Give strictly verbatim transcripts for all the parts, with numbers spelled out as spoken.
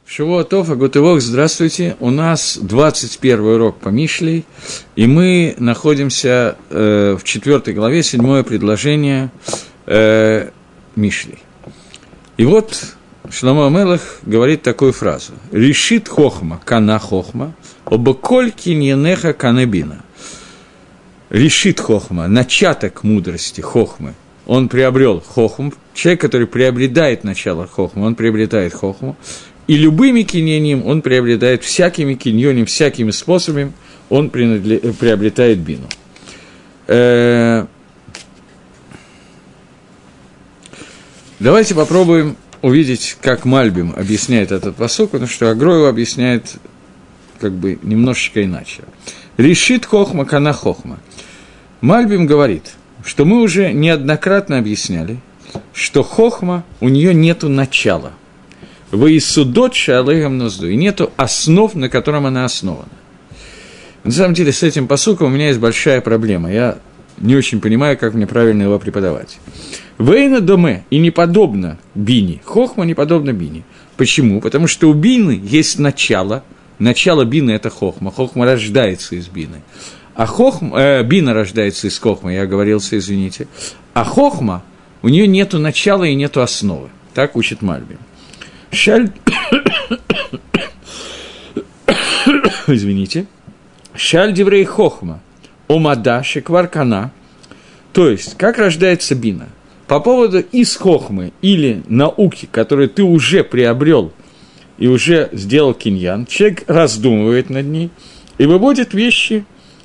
Шавуа Тов, Агутывок, здравствуйте. У нас двадцать первый урок по Мишлей, и мы находимся э, в четвёртой главе, седьмое предложение э, Мишлей. И вот Шломо ха-Мелех говорит такую фразу: «Решит хохма, кана хохма, оба коль киньянеха канебина». Решит хохма, начаток мудрости, хохмы. Он приобрел хохму, человек, который приобретает начало хохмы, он приобретает хохму, и любыми киньоним он приобретает, всякими киньоним, всякими способами он принадле... приобретает бину. Э... Давайте попробуем увидеть, как Мальбим объясняет этот пасук, потому что Агро его объясняет как бы немножечко иначе. Решит хохма, кана хохма. Мальбим говорит, что мы уже неоднократно объясняли, что хохма, у нее нету начала. «Ваисудот шаалэгэм нозду», и нету основ, на котором она основана. На самом деле, с этим пасуком у меня есть большая проблема. Я не очень понимаю, как мне правильно его преподавать. «Вэйна доме» и не подобно бини. Хохма не подобно бини. Почему? Потому что у бины есть начало. Начало бины – это хохма. Хохма рождается из бины. А хохма, э, бина рождается из хохмы, я оговорился, извините. А хохма, у нее нету начала и нету основы. Так учит Мальбим. Шаль... Извините. Шаль диврей хохма, омада шекваркана. То есть, как рождается бина? По поводу из хохмы или науки, которую ты уже приобрел и уже сделал киньян, человек раздумывает над ней и выводит вещи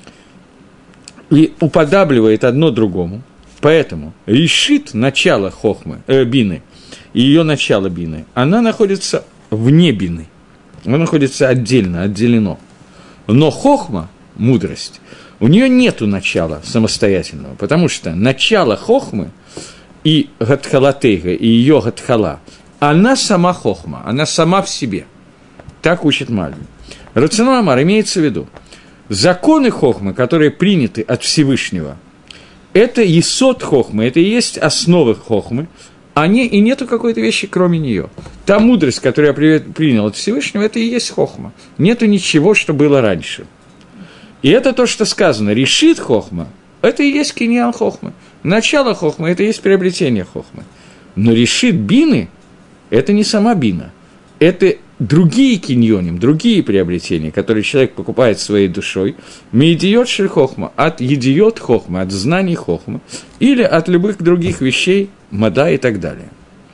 и уподабливает одно другому. Поэтому решит начало хохмы, э, бины, и ее начало бины, она находится вне бины, она находится отдельно, отделено. Но хохма, мудрость, у нее нету начала самостоятельного, потому что начало хохмы и гатхалатейга, и ее гатхала, она сама хохма, она сама в себе. Так учит Мальбим. Рацинуа амар имеется в виду, законы хохмы, которые приняты от Всевышнего, это есод хохмы, это и есть основы хохмы, а не, и нету какой-то вещи, кроме нее. Та мудрость, которую я принял от Всевышнего, это и есть хохма. Нету ничего, что было раньше. И это то, что сказано. Решит хохма, это и есть киньян хохмы. Начало хохмы, это и есть приобретение хохмы. Но решит бины, это не сама бина. Это другие киньоним, другие приобретения, которые человек покупает своей душой, меидиот шель хохма, от едиот хохма, от знаний хохма, или от любых других вещей, мада и так далее.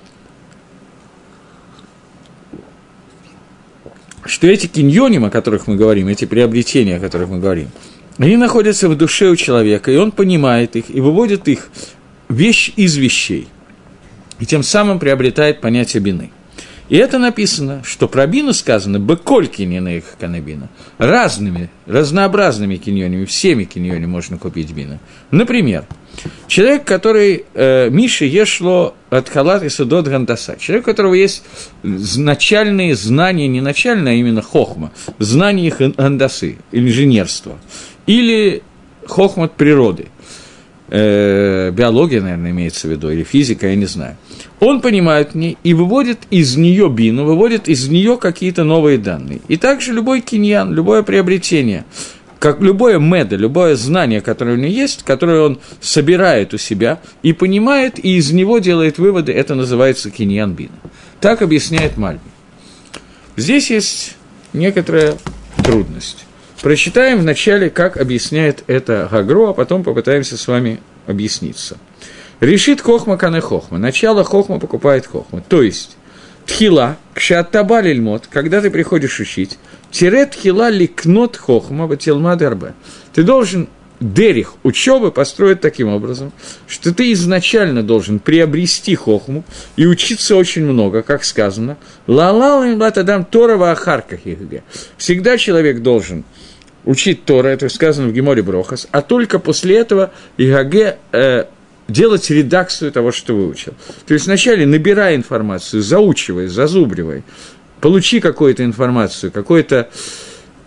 Что эти киньоним, о которых мы говорим, эти приобретения, о которых мы говорим, они находятся в душе у человека, и он понимает их, и выводит их вещь из вещей, и тем самым приобретает понятие бины. И это написано, что про бину сказано «беколь киньонех канебина». Разными, разнообразными киньонами, всеми киньонами можно купить бину. Например, человек, который э, Миша ешло от халат и судот гандаса, человек, у которого есть начальные знания, не начальные, а именно хохма, знания их гандасы, инженерства, или хохма от природы, э, биология, наверное, имеется в виду, или физика, я не знаю. Он понимает в ней и выводит из нее бину, выводит из нее какие-то новые данные. И также любой киньян, любое приобретение, как любое меда, любое знание, которое у него есть, которое он собирает у себя и понимает, и из него делает выводы, это называется киньян бина. Так объясняет Мальбим. Здесь есть некоторая трудность. Прочитаем вначале, как объясняет это Гагро, а потом попытаемся с вами объясниться. Решит хохма кане хохма. Начало хохма покупает хохма. То есть, тхила, кшаттаба лильмот, когда ты приходишь учить, тире тхила ликнот хохма батилма дербе. Ты должен дерих учебы построить таким образом, что ты изначально должен приобрести хохму и учиться очень много, как сказано. Ла-ла-ла латадам Тора ахарках ихге. Всегда человек должен учить Тора, это сказано в Геморе Брохас, а только после этого игаге э, делать редакцию того, что выучил. То есть вначале набирай информацию, заучивай, зазубривай, получи какую-то информацию, какое-то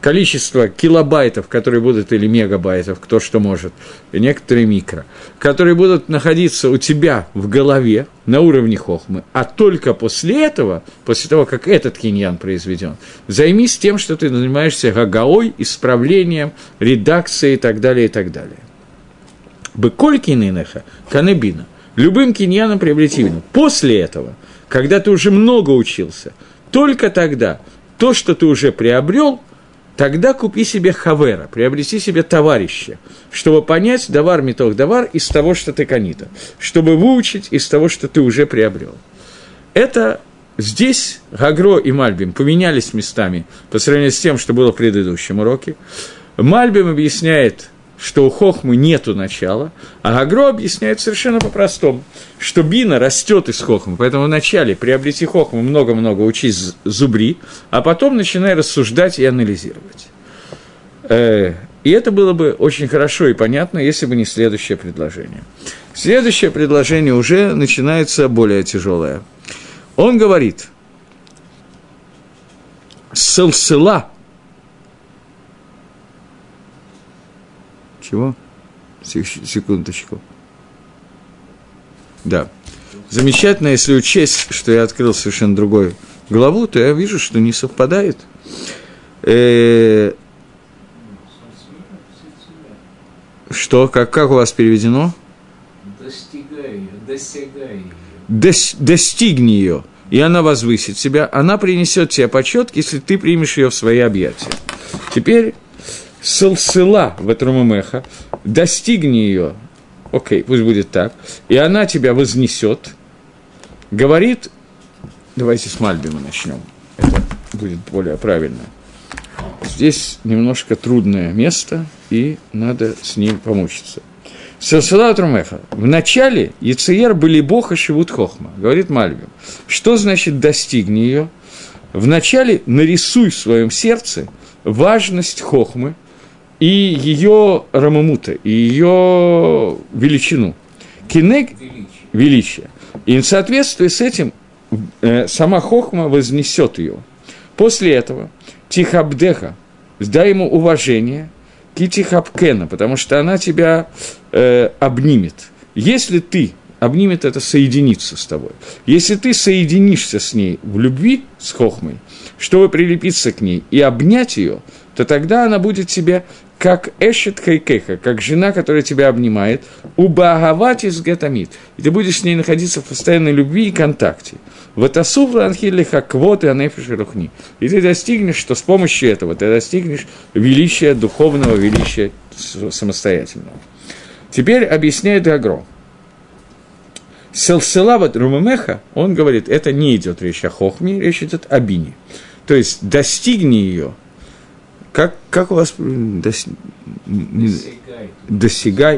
количество килобайтов, которые будут, или мегабайтов, кто что может, и некоторые микро, которые будут находиться у тебя в голове на уровне хохмы, а только после этого, после того, как этот киньян произведен, займись тем, что ты занимаешься гагаой, исправлением, редакцией и так далее, и так далее. Быколь кининеха, канебина. Любым киньяном приобрети вину. После этого, когда ты уже много учился, только тогда то, что ты уже приобрел, тогда купи себе хавера, приобрети себе товарища, чтобы понять давар метох давар из того, что ты канита, чтобы выучить из того, что ты уже приобрел. Это здесь Гагро и Мальбим поменялись местами по сравнению с тем, что было в предыдущем уроке. Мальбим объясняет, что у хохмы нету начала, а Гагро объясняет совершенно по-простому, что бина растет из хохмы, поэтому вначале приобрети хохму, много-много учись зубри, а потом начинай рассуждать и анализировать. И это было бы очень хорошо и понятно, если бы не следующее предложение. Следующее предложение уже начинается более тяжелое. Он говорит, «Селсела». Чего? Секундочку. Да. Замечательно, если учесть, что я открыл совершенно другую главу, то я вижу, что не совпадает. Э-э- что? Как, как у вас переведено? Достигай ее, достигай ее. Дос, достигни ее, и она возвысит себя. Она принесет тебе почет, если ты примешь ее в свои объятия. Теперь Селсела в Этрумамеха, достигни ее, окей, пусть будет так, и она тебя вознесет, говорит, давайте с Мальбима начнем, это будет более правильно. Здесь немножко трудное место, и надо с ним помучиться. Селсела Этрумамеха. В начале Яцеер были Бог и Шивут Хохма, говорит Мальбим. Что значит достигни ее? Вначале нарисуй в своем сердце важность Хохмы, и ее рамамута, и ее величину. Кинег – величие. И в соответствии с этим э, сама хохма вознесет ее. После этого тихабдеха, дай ему уважение, китихабкена, потому что она тебя э, обнимет. Если ты, обнимет это соединиться с тобой, если ты соединишься с ней в любви, с хохмой, чтобы прилепиться к ней и обнять ее, то тогда она будет тебе как эшет хайкеха, как жена, которая тебя обнимает, убаагавати с гетамид, и ты будешь с ней находиться в постоянной любви и контакте. Ватасув ланхилиха квот и анефиш рухни. И ты достигнешь, что с помощью этого ты достигнешь величия, духовного величия самостоятельного. Теперь объясняет Гагро. Селселават румамеха, он говорит, это не идет речь о хохме, речь идет о бине. То есть достигни ее. Как, как у вас... Дос... Достигай. Достигай.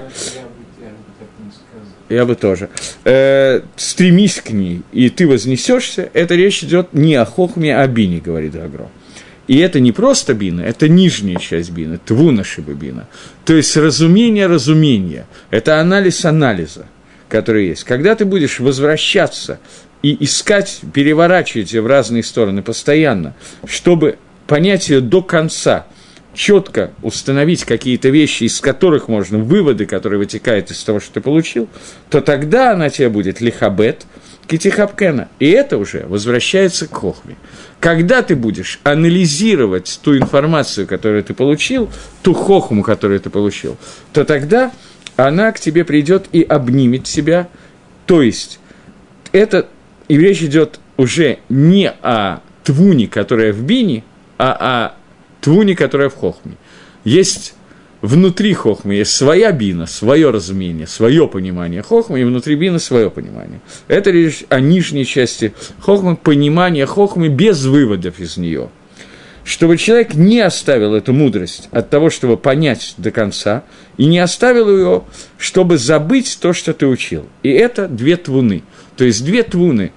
Я бы тоже. Э, стремись к ней, и ты вознесешься. Это речь идет не о хохме, а о бине, говорит Гагро. И это не просто бина, это нижняя часть бина, твуна шиба бина. То есть разумение разумения. Это анализ анализа, который есть. Когда ты будешь возвращаться и искать, переворачивать ее в разные стороны постоянно, чтобы понять ее до конца, четко установить какие-то вещи, из которых можно, выводы, которые вытекают из того, что ты получил, то тогда она тебе будет лихабет, китихабкена, и это уже возвращается к хохме. Когда ты будешь анализировать ту информацию, которую ты получил, ту хохму, которую ты получил, то тогда она к тебе придет и обнимет тебя, то есть это, и речь идет уже не о твуне, которая в бине, а о твуне, которая в хохме. Есть внутри хохмы, есть своя бина, свое разумение, свое понимание хохмы, и внутри бина свое понимание. Это речь о нижней части хохмы, понимание хохмы без выводов из нее. Чтобы человек не оставил эту мудрость от того, чтобы понять до конца, и не оставил ее, чтобы забыть то, что ты учил. И это две твуны. То есть две твуны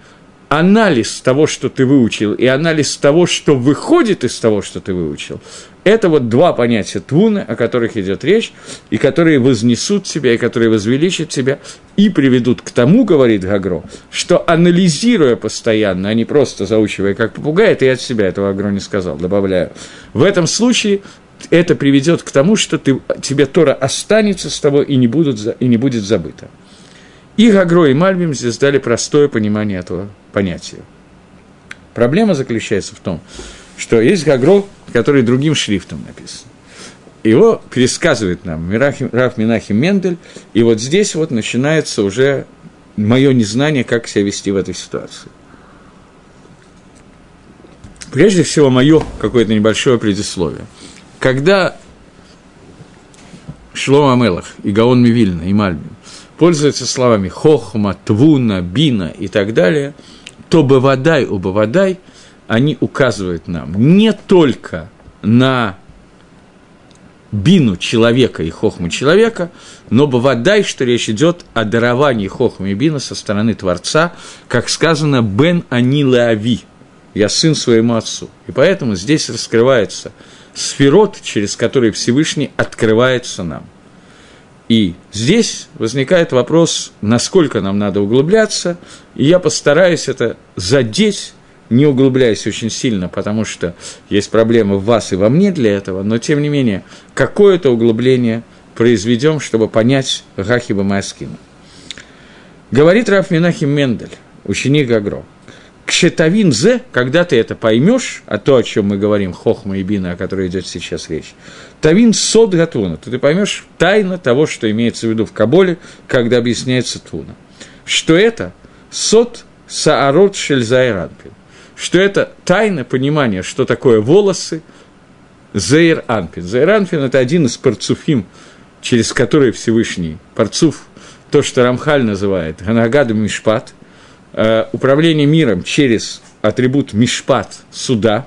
анализ того, что ты выучил, и анализ того, что выходит из того, что ты выучил, это вот два понятия твуны, о которых идет речь, и которые вознесут тебя, и которые возвеличат тебя, и приведут к тому, говорит Гагро, что, анализируя постоянно, а не просто заучивая как попугай, это я от себя этого Гагро не сказал, добавляю, в этом случае это приведет к тому, что ты, тебе Тора останется с тобой и не, будут, и не будет забыто. И Гагро, и Мальбим здесь дали простое понимание этого понятия. Проблема заключается в том, что есть Гагро, который другим шрифтом написан. Его пересказывает нам Рав Менахем Мендель, и вот здесь вот начинается уже мое незнание, как себя вести в этой ситуации. Прежде всего, мое какое-то небольшое предисловие. Когда Шломо Амелах и Гаон Мивильна и Мальбим пользуются словами хохма, твуна, бина и так далее, то бавадай у бавадай они указывают нам не только на бину человека и хохму человека, но бавадай, что речь идет о даровании хохмы и бина со стороны Творца, как сказано «бен ани леави», «я сын своему отцу». И поэтому здесь раскрывается сферот, через который Всевышний открывается нам. И здесь возникает вопрос, насколько нам надо углубляться, и я постараюсь это задеть, не углубляясь очень сильно, потому что есть проблемы в вас и во мне для этого, но, тем не менее, какое-то углубление произведем, чтобы понять Гахиба Маскина. Говорит Рав Менахем Мендель, ученик Гагро, «Кшетавин зе», когда ты это поймешь, а то, о чем мы говорим, хохма и бина, о которой идет сейчас речь, тавин сод гатвуна, то ты поймешь тайна того, что имеется в виду в Каболе, когда объясняется твуна. Что это сод саарот шель зеир анпин, что это тайна понимания, что такое волосы зеир анпин. Зеир анпин – это один из парцуфим, через который Всевышний, парцуф, то, что Рамхаль называет ганагад мишпат, управление миром через атрибут мишпат, суда,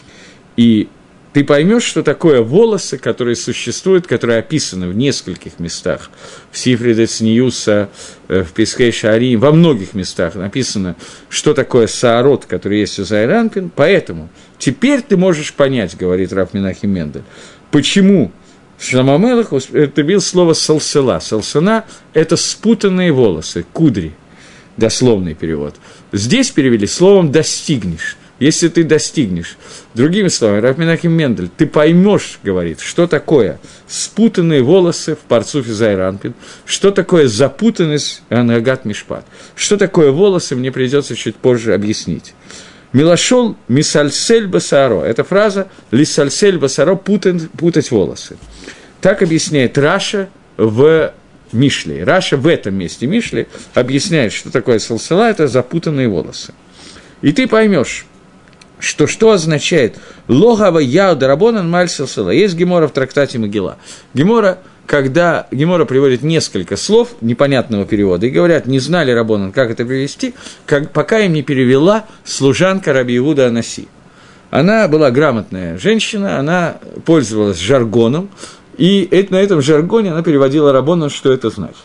и ты поймешь, что такое волосы, которые существуют, которые описаны в нескольких местах, в Сифре де Цниюса, в Пескей Шаарим, во многих местах написано, что такое саарот, который есть у Зеир Анпин, поэтому теперь ты можешь понять, говорит Рав Менахем Мендель, почему Шломо Амелех употребил слово «салсела». «Салсена» – это спутанные волосы, кудри. Дословный перевод. Здесь перевели словом «достигнешь». Если ты достигнешь. Другими словами, Рав Менахем Мендель, ты поймешь, говорит, что такое спутанные волосы в парцуфе Зеир Анпин, что такое запутанность ганагат мишпат, что такое волосы, мне придется чуть позже объяснить. Милашол мисальсель басаро. Эта фраза лисальсель басаро путать, путать волосы. Так объясняет Раша в Мишле. Раша в этом месте Мишли объясняет, что такое салсела, это запутанные волосы. И ты поймешь, что что означает логава яуда рабонан маль салсела. Есть гемора в трактате Могила. Гемора, когда гемора приводит несколько слов непонятного перевода и говорят, не знали рабонан, как это перевести, как, пока им не перевела служанка раби Иуда Анаси. Она была грамотная женщина, она пользовалась жаргоном, и на этом жаргоне она переводила рабонан, что это значит.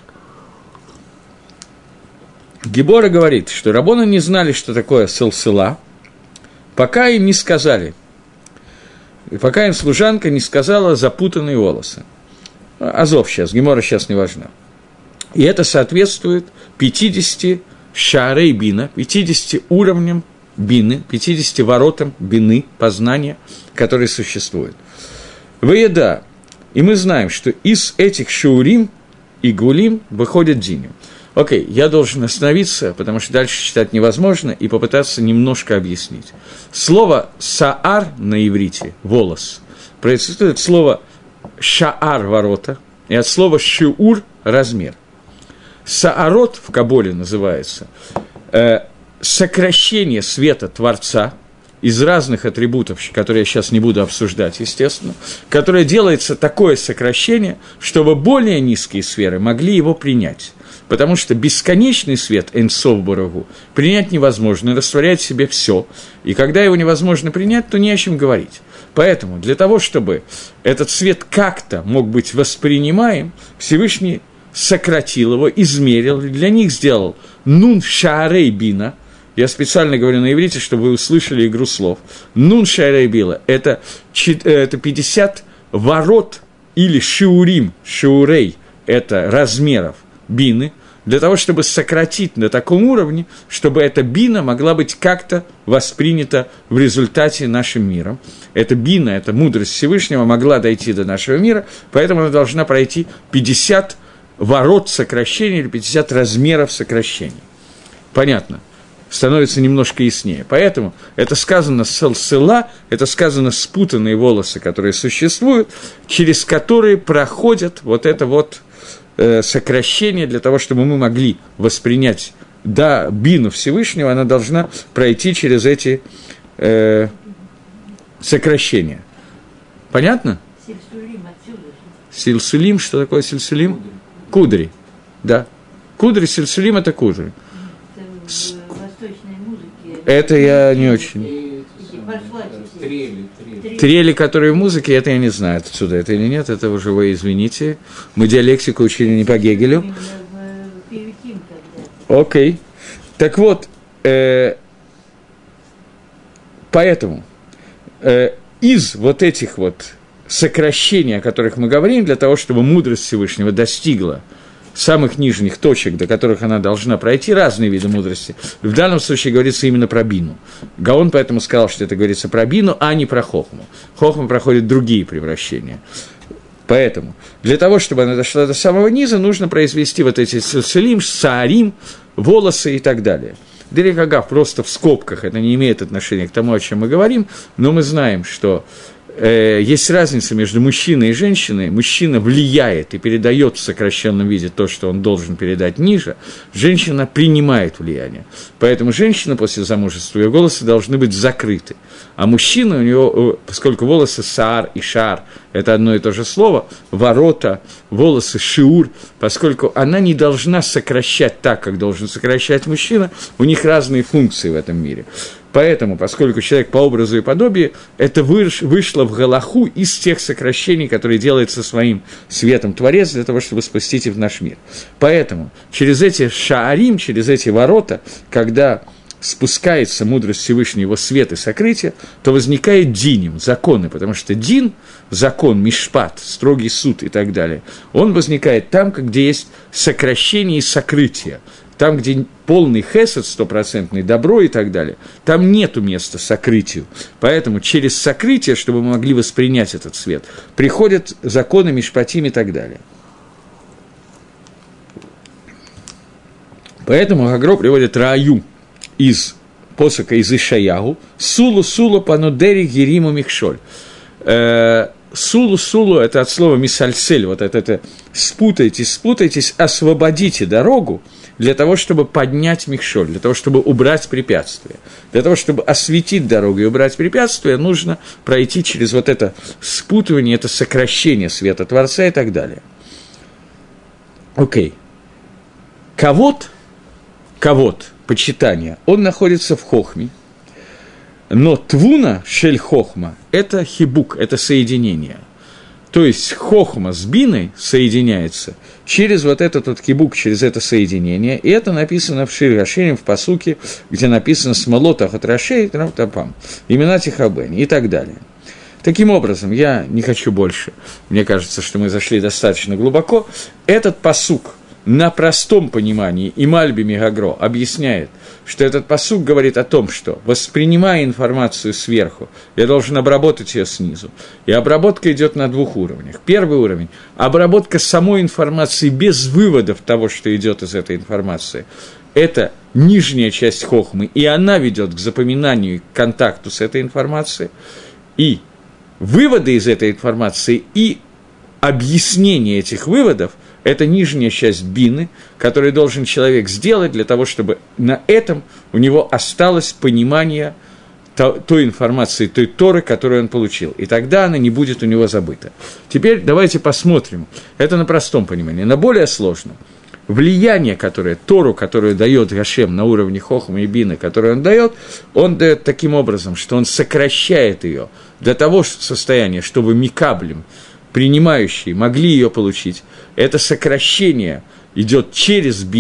Гебора говорит, что рабоны не знали, что такое салсела, пока им не сказали, пока им служанка не сказала запутанные волосы. Азов сейчас, Гемора сейчас не важна. И это соответствует пятидесяти шаарей бина, пятидесяти уровням бины, пятидесяти воротам бины, познания, которые существуют. Выеда. И мы знаем, что из этих шаурим и гулим выходят диним. Окей, я должен остановиться, потому что дальше читать невозможно, и попытаться немножко объяснить. Слово «саар» на иврите, волос, происходит от слова «шаар» – ворота, и от слова «шиур» – размер. Саарот в Каболе называется э, сокращение света Творца из разных атрибутов, которые я сейчас не буду обсуждать, естественно, которое делается такое сокращение, чтобы более низкие сферы могли его принять. Потому что бесконечный свет Эйн-Соф Баруху принять невозможно, растворяет в себе все. И когда его невозможно принять, то не о чем говорить. Поэтому для того, чтобы этот свет как-то мог быть воспринимаем, Всевышний сократил его, измерил, для них сделал нун шаарей бина. я специально говорю на иврите, чтобы вы услышали игру слов. Нун шайрей била – это, это пятьдесят ворот или шиурим, шиурей – это размеров бины, для того, чтобы сократить на таком уровне, чтобы эта бина могла быть как-то воспринята в результате нашим миром. Эта бина, эта мудрость Всевышнего могла дойти до нашего мира, поэтому она должна пройти пятьдесят ворот сокращения или пятьдесят размеров сокращений. Понятно? Становится немножко яснее. Поэтому это сказано селсела, это сказано спутанные волосы, которые существуют, через которые проходят вот это вот сокращение для того, чтобы мы могли воспринять да, бину Всевышнего, она должна пройти через эти э, сокращения. Понятно? Сильсулим отсюда. Сильсулим, что такое сильсулим? Кудри. Да. Кудри, сильсулим – это кудри. Это в восточной музыке. Это я не очень. Трели, трели. Трели, которые в музыке, это я не знаю, отсюда это или нет, это уже вы извините. Мы диалектику учили не по Гегелю. Окей. Okay. Так вот, э, поэтому э, из вот этих вот сокращений, о которых мы говорим, для того, чтобы мудрость Всевышнего достигла самых нижних точек, до которых она должна пройти, разные виды мудрости. В данном случае говорится именно про бину. Гаон поэтому сказал, что это говорится про бину, а не про хохму. Хохма проходит другие превращения. Поэтому для того, чтобы она дошла до самого низа, нужно произвести вот эти силсилим, саарим, волосы и так далее. Дерек Агав просто в скобках, это не имеет отношения к тому, о чем мы говорим, но мы знаем, что э, есть разница между мужчиной и женщиной. Мужчина влияет и передает в сокращенном виде то, что он должен передать ниже. Женщина принимает влияние. Поэтому женщина после замужества, ее волосы должны быть закрыты. А мужчина, у него, поскольку волосы саар и шар – это одно и то же слово, ворота, волосы шиур, поскольку она не должна сокращать так, как должен сокращать мужчина, у них разные функции в этом мире. Поэтому, поскольку человек по образу и подобию, это вышло в галаху из тех сокращений, которые делает со своим светом Творец для того, чтобы спустить их в наш мир. Поэтому через эти шаарим, через эти ворота, когда спускается мудрость Всевышнего, его свет и сокрытие, то возникает диним, законы, потому что дин, закон, мишпат, строгий суд и так далее, он возникает там, где есть сокращение и сокрытие, там, где полный хесед, стопроцентный добро и так далее, там нету места сокрытию. Поэтому через сокрытие, чтобы мы могли воспринять этот свет, приходят законы мишпатим и так далее. Поэтому Гагро приводит раю из посока из Ишаягу, сулу-сулу панудери гериму михшоль. Сулу-сулу – это от слова мисальсель, вот это, это спутайтесь, спутайтесь, освободите дорогу для того, чтобы поднять михшоль, для того, чтобы убрать препятствия. Для того, чтобы осветить дорогу и убрать препятствия, нужно пройти через вот это спутывание, это сокращение света Творца и так далее. Окей. Кавод, кавод, почитание, он находится в хохме, но твуна, шель хохма, это хибук, это соединение. То есть хохма с биной соединяется через вот этот вот хибук, через это соединение, и это написано в Шир Гашерим, в пасуке, где написано «Смолота хатрашей тапам», имена Тихабени и так далее. Таким образом, я не хочу больше, мне кажется, что мы зашли достаточно глубоко, этот пасук на простом понимании и Мальби Мегагро объясняет, что этот пасук говорит о том, что, воспринимая информацию сверху, я должен обработать ее снизу. И обработка идет на двух уровнях. Первый уровень – обработка самой информации без выводов того, что идет из этой информации. Это нижняя часть хохмы, и она ведет к запоминанию и к контакту с этой информацией. И выводы из этой информации и объяснение этих выводов – это нижняя часть бины, которую должен человек сделать для того, чтобы на этом у него осталось понимание той информации, той Торы, которую он получил. И тогда она не будет у него забыта. Теперь давайте посмотрим. Это на простом понимании. На более сложном. Влияние, которое, Тору, которую дает Гашем на уровне хохма и бины, которую он дает, он дает таким образом, что он сокращает ее для того состояния, чтобы микаблем, принимающие, могли ее получить. Это сокращение идет через бину,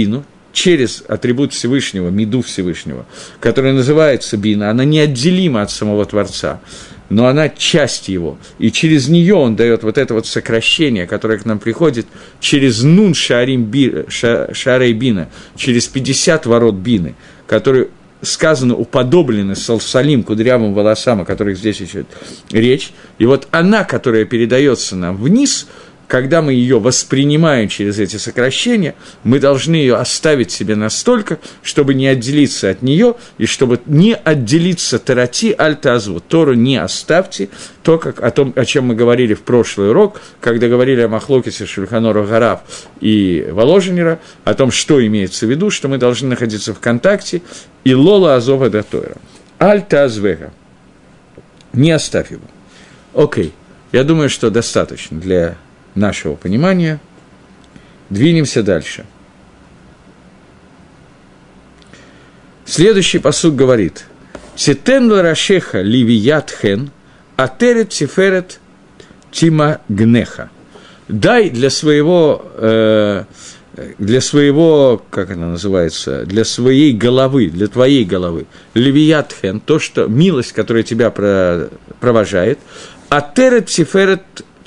через атрибут Всевышнего, миду Всевышнего, которая называется бина, она неотделима от самого Творца, но она часть его, и через нее он дает вот это вот сокращение, которое к нам приходит через нун шаарим би, ша, шаарей бина, через пятьдесят ворот бины, которые сказано уподоблены салсалим, кудрявым волосам, о которых здесь идет речь, и вот она, которая передается нам вниз, когда мы ее воспринимаем через эти сокращения, мы должны ее оставить себе настолько, чтобы не отделиться от нее, и чтобы не отделиться тарати аль-тазву, Тору не оставьте, то, как, о том, о чем мы говорили в прошлый урок, когда говорили о Махлокесе, Шульхан Арух Гарав и Воложенера, о том, что имеется в виду, что мы должны находиться в контакте, и лола азова да Тора. Аль-тазвега. Не оставь его. Окей, я думаю, что достаточно для нашего понимания. Двинемся дальше. Следующий пасук говорит: «Цитен ларашеха ливият хен, атерет тиферет тима гнеха». Дай для своего, э, для своего, как она называется, для своей головы, для твоей головы, ливият хен, то, что милость, которая тебя провожает, атерет тиферет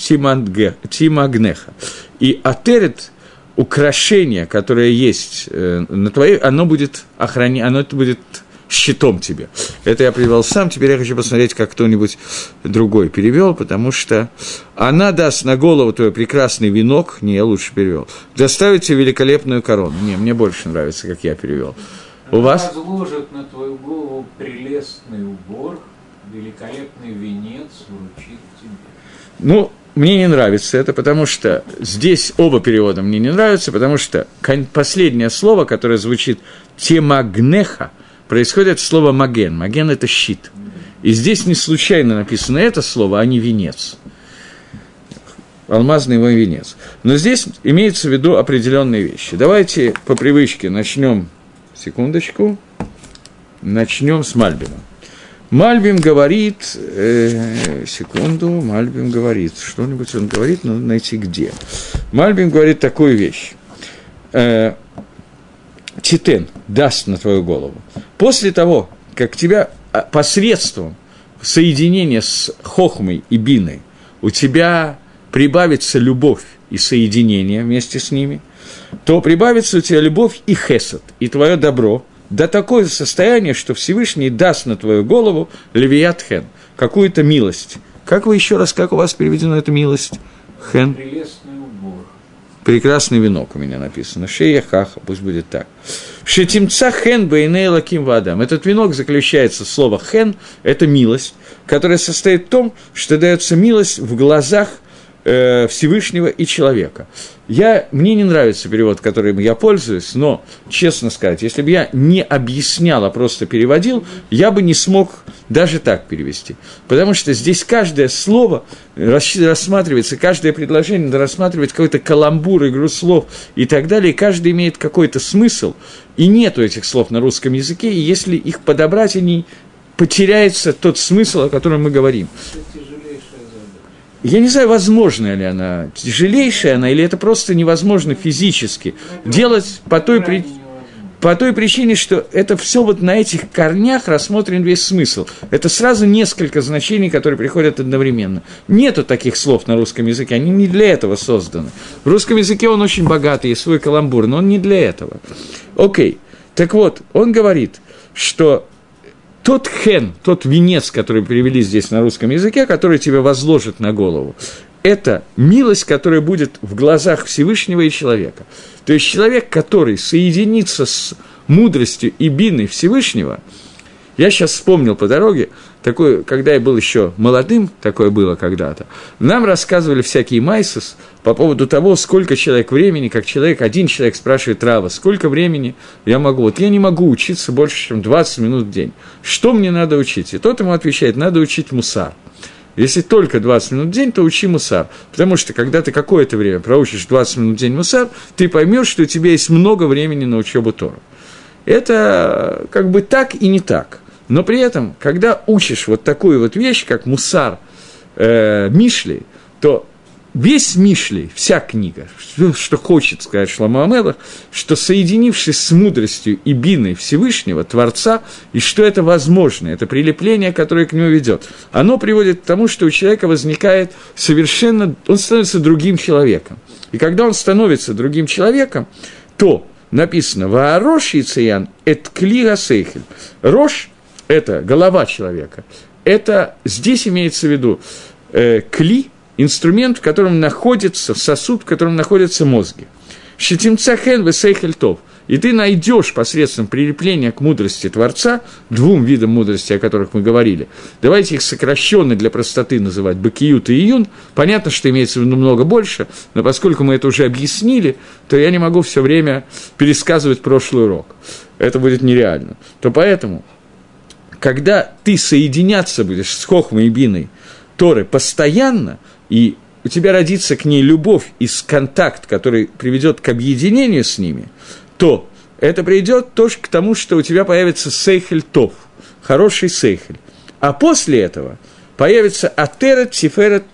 тимагнеха. И атерет, украшение, которое есть э, на твоей, оно будет охранять, оно будет щитом тебе. Это я привел сам, теперь я хочу посмотреть, как кто-нибудь другой перевел, потому что она даст на голову твой прекрасный венок, не, я лучше перевел, доставит тебе великолепную корону. Не, мне больше нравится, как я перевел. У она вас? возложит на твою голову прелестный убор, великолепный венец вручит тебе. Ну, мне не нравится это, потому что здесь оба перевода мне не нравятся, потому что последнее слово, которое звучит «темагнеха», происходит от слова «маген». «Маген» – это щит. И здесь не случайно написано это слово, а не «венец». Алмазный его венец. Но здесь имеется в виду определенные вещи. Давайте по привычке начнем, секундочку, начнем с Мальбима. Мальбим говорит, э, секунду, Мальбим говорит, что-нибудь он говорит, надо найти где. Мальбим говорит такую вещь. Э, Титен даст на твою голову. После того, как тебя посредством соединения с Хохмой и Биной у тебя прибавится любовь и соединение вместе с ними, то прибавится у тебя любовь и хесед, и твое добро, до такого состояния, что Всевышний даст на твою голову левият хен, какую-то милость. Как вы еще раз, как у вас переведена эта милость? Хен. Прелестный убор. Прекрасный венок у меня написано. Шея хаха, пусть будет так. Шетимца хен бейней лаким вадам. Этот венок заключается в слово хен, это милость, которая состоит в том, что дается милость в глазах э, Всевышнего и человека. Я, мне не нравится перевод, которым я пользуюсь, но, честно сказать, если бы я не объяснял, а просто переводил, я бы не смог даже так перевести. Потому что здесь каждое слово рассматривается, каждое предложение надо рассматривать какой-то каламбур, игру слов и так далее, и каждый имеет какой-то смысл, и нету этих слов на русском языке, и если их подобрать, они потеряется тот смысл, о котором мы говорим. Я не знаю, возможно ли она, тяжелейшая она, или это просто невозможно физически делать по той, при... по той причине, что это все вот на этих корнях рассмотрен весь смысл. Это сразу несколько значений, которые приходят одновременно. Нету таких слов на русском языке, они не для этого созданы. В русском языке он очень богатый, есть свой каламбур, но он не для этого. Окей, так вот, он говорит, что... Тот хен, тот венец, который перевели здесь на русском языке, который тебя возложит на голову, это милость, которая будет в глазах Всевышнего и человека. То есть человек, который соединится с мудростью и биной Всевышнего, я сейчас вспомнил по дороге, такое, когда я был еще молодым, такое было когда-то, нам рассказывали всякие майсос по поводу того, сколько человек времени, как человек, один человек спрашивает Рава, сколько времени я могу, вот я не могу учиться больше, чем двадцать минут в день, что мне надо учить? И тот ему отвечает, надо учить мусар. Если только двадцать минут в день, то учи мусар, потому что когда ты какое-то время проучишь двадцать минут в день мусар, ты поймешь, что у тебя есть много времени на учебу Торы. Это как бы так и не так. Но при этом, когда учишь вот такую вот вещь, как мусар э, Мишли, то весь Мишлей, вся книга, что, что хочет сказать Шломо ха-Мелех, что соединившись с мудростью и биной Всевышнего, Творца, и что это возможно, это прилепление, которое к нему ведет, оно приводит к тому, что у человека возникает совершенно, он становится другим человеком. И когда он становится другим человеком, то написано «Ваарош яциян эт кли гасейхель». Рош – это голова человека. Это здесь имеется в виду э, кли, инструмент, в котором находится, сосуд, в котором находятся мозги. «Шетимца хэн весейхель тов». И ты найдешь посредством прилепления к мудрости Творца, двум видам мудрости, о которых мы говорили, давайте их сокращенно для простоты называть бакиют и июн, понятно, что имеется в виду много больше, но поскольку мы это уже объяснили, то я не могу все время пересказывать прошлый урок, это будет нереально. То поэтому, когда ты соединяться будешь с Хохмой и Биной Торы постоянно, и у тебя родится к ней любовь и контакт, который приведет к объединению с ними, то это приведет тоже к тому, что у тебя появится сейхель тов, хороший сейхель. А после этого появится атерет тиферет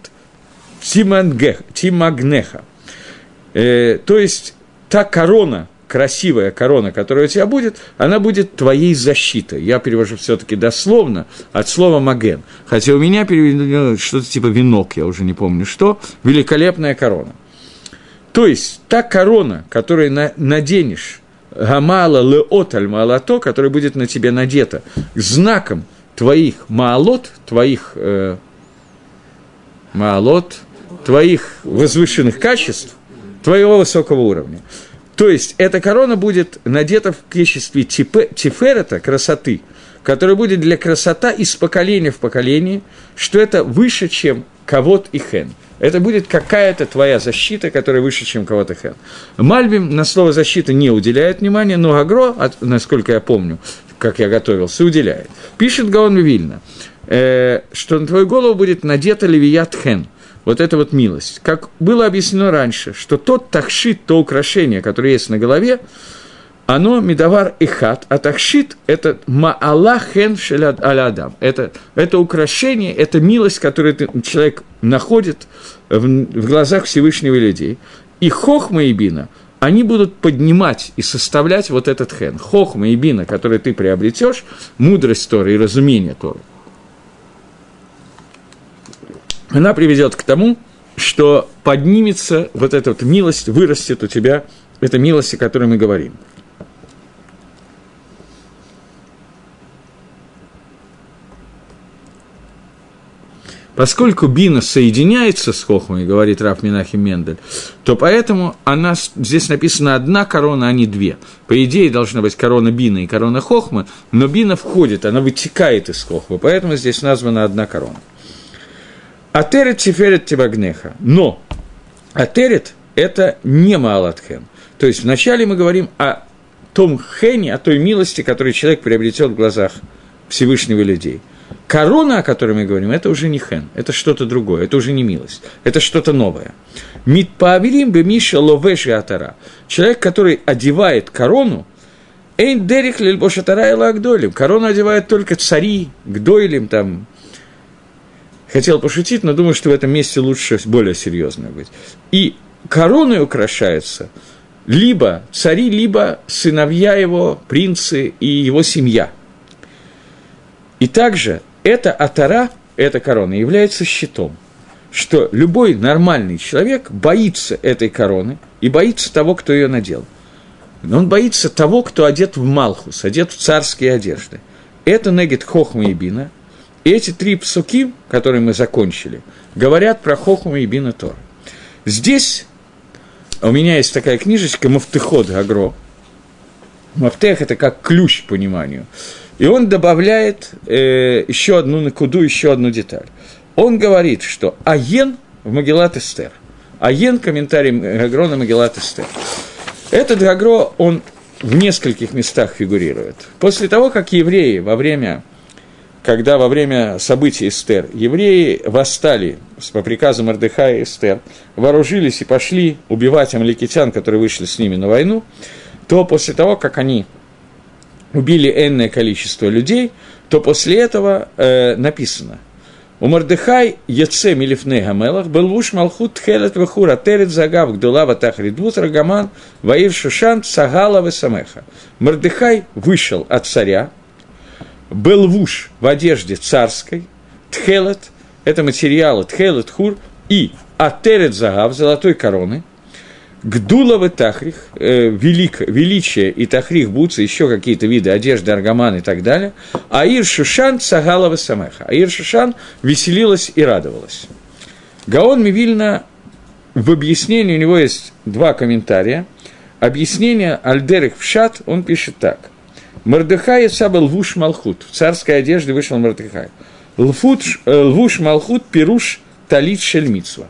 тимагнеха. Э, то есть та корона, красивая корона, которая у тебя будет, она будет твоей защитой. Я перевожу все-таки дословно от слова маген. Хотя у меня переведено что-то типа венок, я уже не помню что, великолепная корона. То есть, та корона, которую на, наденешь, гамала леот аль маалато, которая будет на тебе надета, знаком твоих маалот, твоих э, маалот, твоих возвышенных качеств, твоего высокого уровня. То есть, эта корона будет надета в качестве тиферета, красоты, которая будет для красота из поколения в поколение, что это выше, чем кавод и хен. Это будет какая-то твоя защита, которая выше, чем кого-то хэн. Мальбим на слово «защита» не уделяет внимания, но Агро, насколько я помню, как я готовился, уделяет. Пишет Гаон Вильна, э, что на твою голову будет надета левият хэн. Вот это вот милость. Как было объяснено раньше, что тот тахшит, то украшение, которое есть на голове, оно медавар ихат, а тахшит – это маала хэн шеляд алядам. Это, это украшение, это милость, которую ты, человек находит в, в глазах Всевышнего и людей. И хохма и бина, они будут поднимать и составлять вот этот хэн. Хохма и бина, который ты приобретешь, мудрость Торы и разумение Торы, она приведет к тому, что поднимется вот эта вот милость, вырастет у тебя, эта милость, о которой мы говорим. Поскольку бина соединяется с хохмой, говорит Рав Менахем Мендель, то поэтому она, здесь написано одна корона, а не две. По идее, должна быть корона бина и корона хохмы, но бина входит, она вытекает из хохмы, поэтому здесь названа одна корона. Атерет тиферет тибагнеха. Но атерет – это не маалат хэн. То есть вначале мы говорим о том хэне, о той милости, которую человек приобретет в глазах Всевышнего людей. Корона, о которой мы говорим, это уже не хэн, это что-то другое, это уже не милость, это что-то новое. Митпаавирим бе миша ловеши атара. Человек, который одевает корону, эйн дерих лильбош атара эла агдойлим. Корону одевают только цари, гдойлим, там. Хотел пошутить, но думаю, что в этом месте лучше более серьезно быть. И короной украшаются либо цари, либо сыновья его, принцы и его семья. И также эта атара, эта корона, является щитом, что любой нормальный человек боится этой короны и боится того, кто ее надел. Но он боится того, кто одет в малхус, одет в царские одежды. Это негет хохма и бина. И эти три псуки, которые мы закончили, говорят про хохму и бина Тора. Здесь у меня есть такая книжечка «Мафтехот Гагро». Мафтех – это как ключ к пониманию. И он добавляет э, еще одну накуду, еще одну деталь. Он говорит, что Аен в Магилат Эстер. Аен – комментарий Гагро на Магилат Эстер. Этот Гагро, он в нескольких местах фигурирует. После того, как евреи во время, когда во время событий Эстер, евреи восстали по приказу Мордехая и Эстер, вооружились и пошли убивать амаликитян, которые вышли с ними на войну, то после того, как они убили энное количество людей, то после этого э, написано, У Мордехай Йоце Милифней Гамелах был вуш Малхут Тхелет Вахур Атерет Загав Гдула Ватахридвут Рагаман Ваир Шушан Цагала Весамеха. Мордехай вышел от царя, был вуш в одежде царской, Тхелет – это материалы Тхелет Хур и Атерет Загав, золотой короны, Гдула Ватахрих, э, велик, величие и Тахрих Буца, еще какие-то виды одежды, аргаман и так далее, Аир Шушан Цагала Весамеха. Аир Шушан веселилась и радовалась. Гаон Мивильна, в объяснении у него есть два комментария. Объяснение Альдерих Пшат, он пишет так. Мордехай сабел лвуш малхут. В царской одежде вышел Мордехай. Лвуш малхут пируш талит шельмитсва.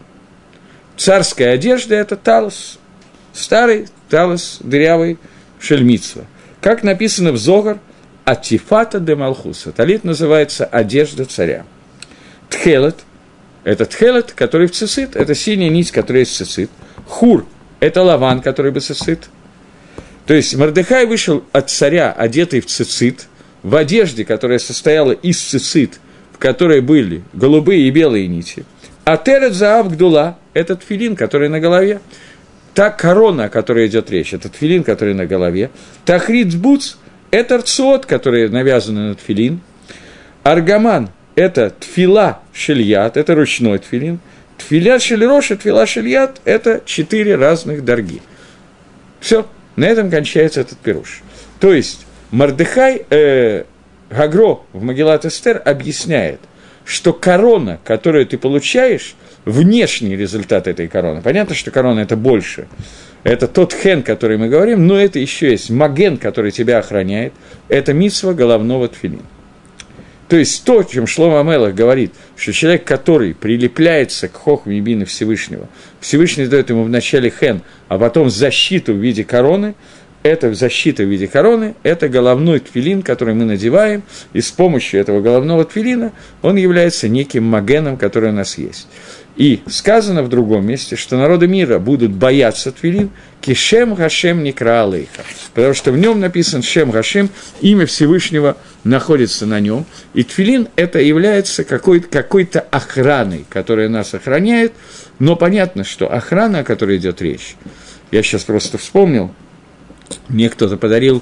Царская одежда – это талос. Старый талос, дырявый шельмитсва. Как написано в Зогар, атифата де малхуса. Талит называется одежда царя. Тхелет – это тхелет, который в цицит. Это синяя нить, которая есть цицит. Хур – это лаван, который бы цицит. То есть Мордехай вышел от царя, одетый в цицит, в одежде, которая состояла из цицит, в которой были голубые и белые нити. А терет заав гдула – это тфилин, который на голове. Та корона, о которой идет речь, это тфилин, который на голове. Тахрит буц – это рцот, которые навязаны на тфилин. Аргаман – это тфила шельят, это ручной тфилин. Тфиля шельрош и тфила шельят – это четыре разных дарги. Все. На этом кончается этот пируш. То есть Мордехай, э, Гагро в Магилат Эстер объясняет, что корона, которую ты получаешь, внешний результат этой короны. Понятно, что корона – это больше. Это тот хен, который мы говорим, но это еще есть маген, который тебя охраняет. Это мицва головного тфилин. То есть то, о чем Шломо Амелах говорит, что человек, который прилепляется к хохме и бины Всевышнего, Всевышний дает ему вначале хен, а потом защиту в виде короны, это защита в виде короны, это головной тфилин, который мы надеваем, и с помощью этого головного тфилина он является неким магеном, который у нас есть. И сказано в другом месте, что народы мира будут бояться тфилин, кишем гашем никра алейха, потому что в нем написан шем гашем, имя Всевышнего находится на нем, и тфилин это является какой-то, какой-то охраной, которая нас охраняет, но понятно, что охрана, о которой идет речь, я сейчас просто вспомнил, мне кто-то подарил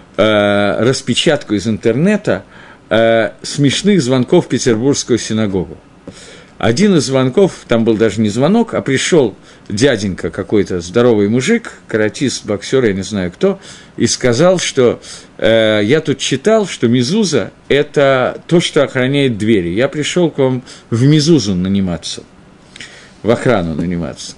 э, распечатку из интернета э, смешных звонков в Петербургскую синагогу. Один из звонков, там был даже не звонок, а пришел дяденька какой-то, здоровый мужик, каратист, боксер, я не знаю кто, и сказал, что э, я тут читал, что мезуза – это то, что охраняет двери. Я пришел к вам в мезузу наниматься, в охрану наниматься.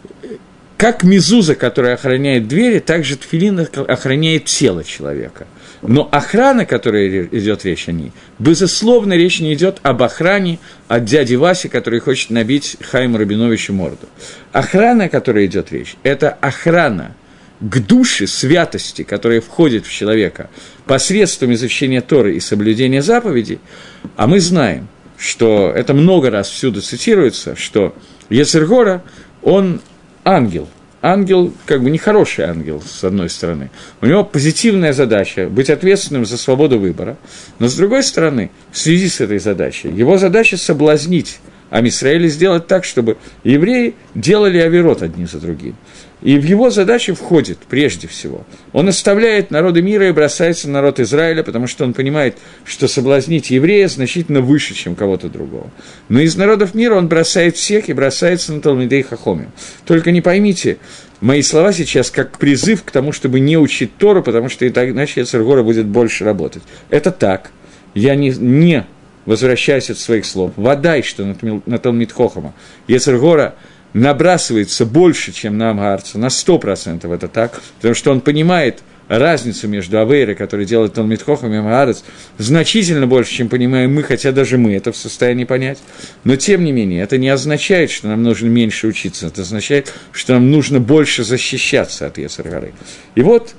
Как мезуза, которая охраняет двери, так же тфилин охраняет тело человека. Но охрана, о которой идет речь о ней, безусловно, речь не идет об охране от дяди Васи, который хочет набить Хайму Рабиновичу морду. Охрана, о которой идет речь, это охрана к душе святости, которая входит в человека посредством изучения Торы и соблюдения заповедей. А мы знаем, что это много раз всюду цитируется, что Йецер Гора, он ангел. Ангел, как бы нехороший ангел, с одной стороны. У него позитивная задача – быть ответственным за свободу выбора. Но, с другой стороны, в связи с этой задачей, его задача – соблазнить Ам Исраэль и сделать так, чтобы евреи делали авирот одни за другим. И в его задачу входит, прежде всего, он оставляет народы мира и бросается на народ Израиля, потому что он понимает, что соблазнить еврея значительно выше, чем кого-то другого. Но из народов мира он бросает всех и бросается на Талмидей Хахомим. Только не поймите мои слова сейчас как призыв к тому, чтобы не учить Тору, потому что иначе Йецер Гора будет больше работать. Это так. Я не... не возвращаюсь от своих слов. Водай, что на Талмид Хохама Йецер Гора набрасывается больше, чем на Амгаарца, на сто процентов это так, потому что он понимает разницу между Авейрой, который делает Талмид Хохам и Амгаарец, значительно больше, чем понимаем мы, хотя даже мы это в состоянии понять. Но, тем не менее, это не означает, что нам нужно меньше учиться, это означает, что нам нужно больше защищаться от Йецер Горы. И вот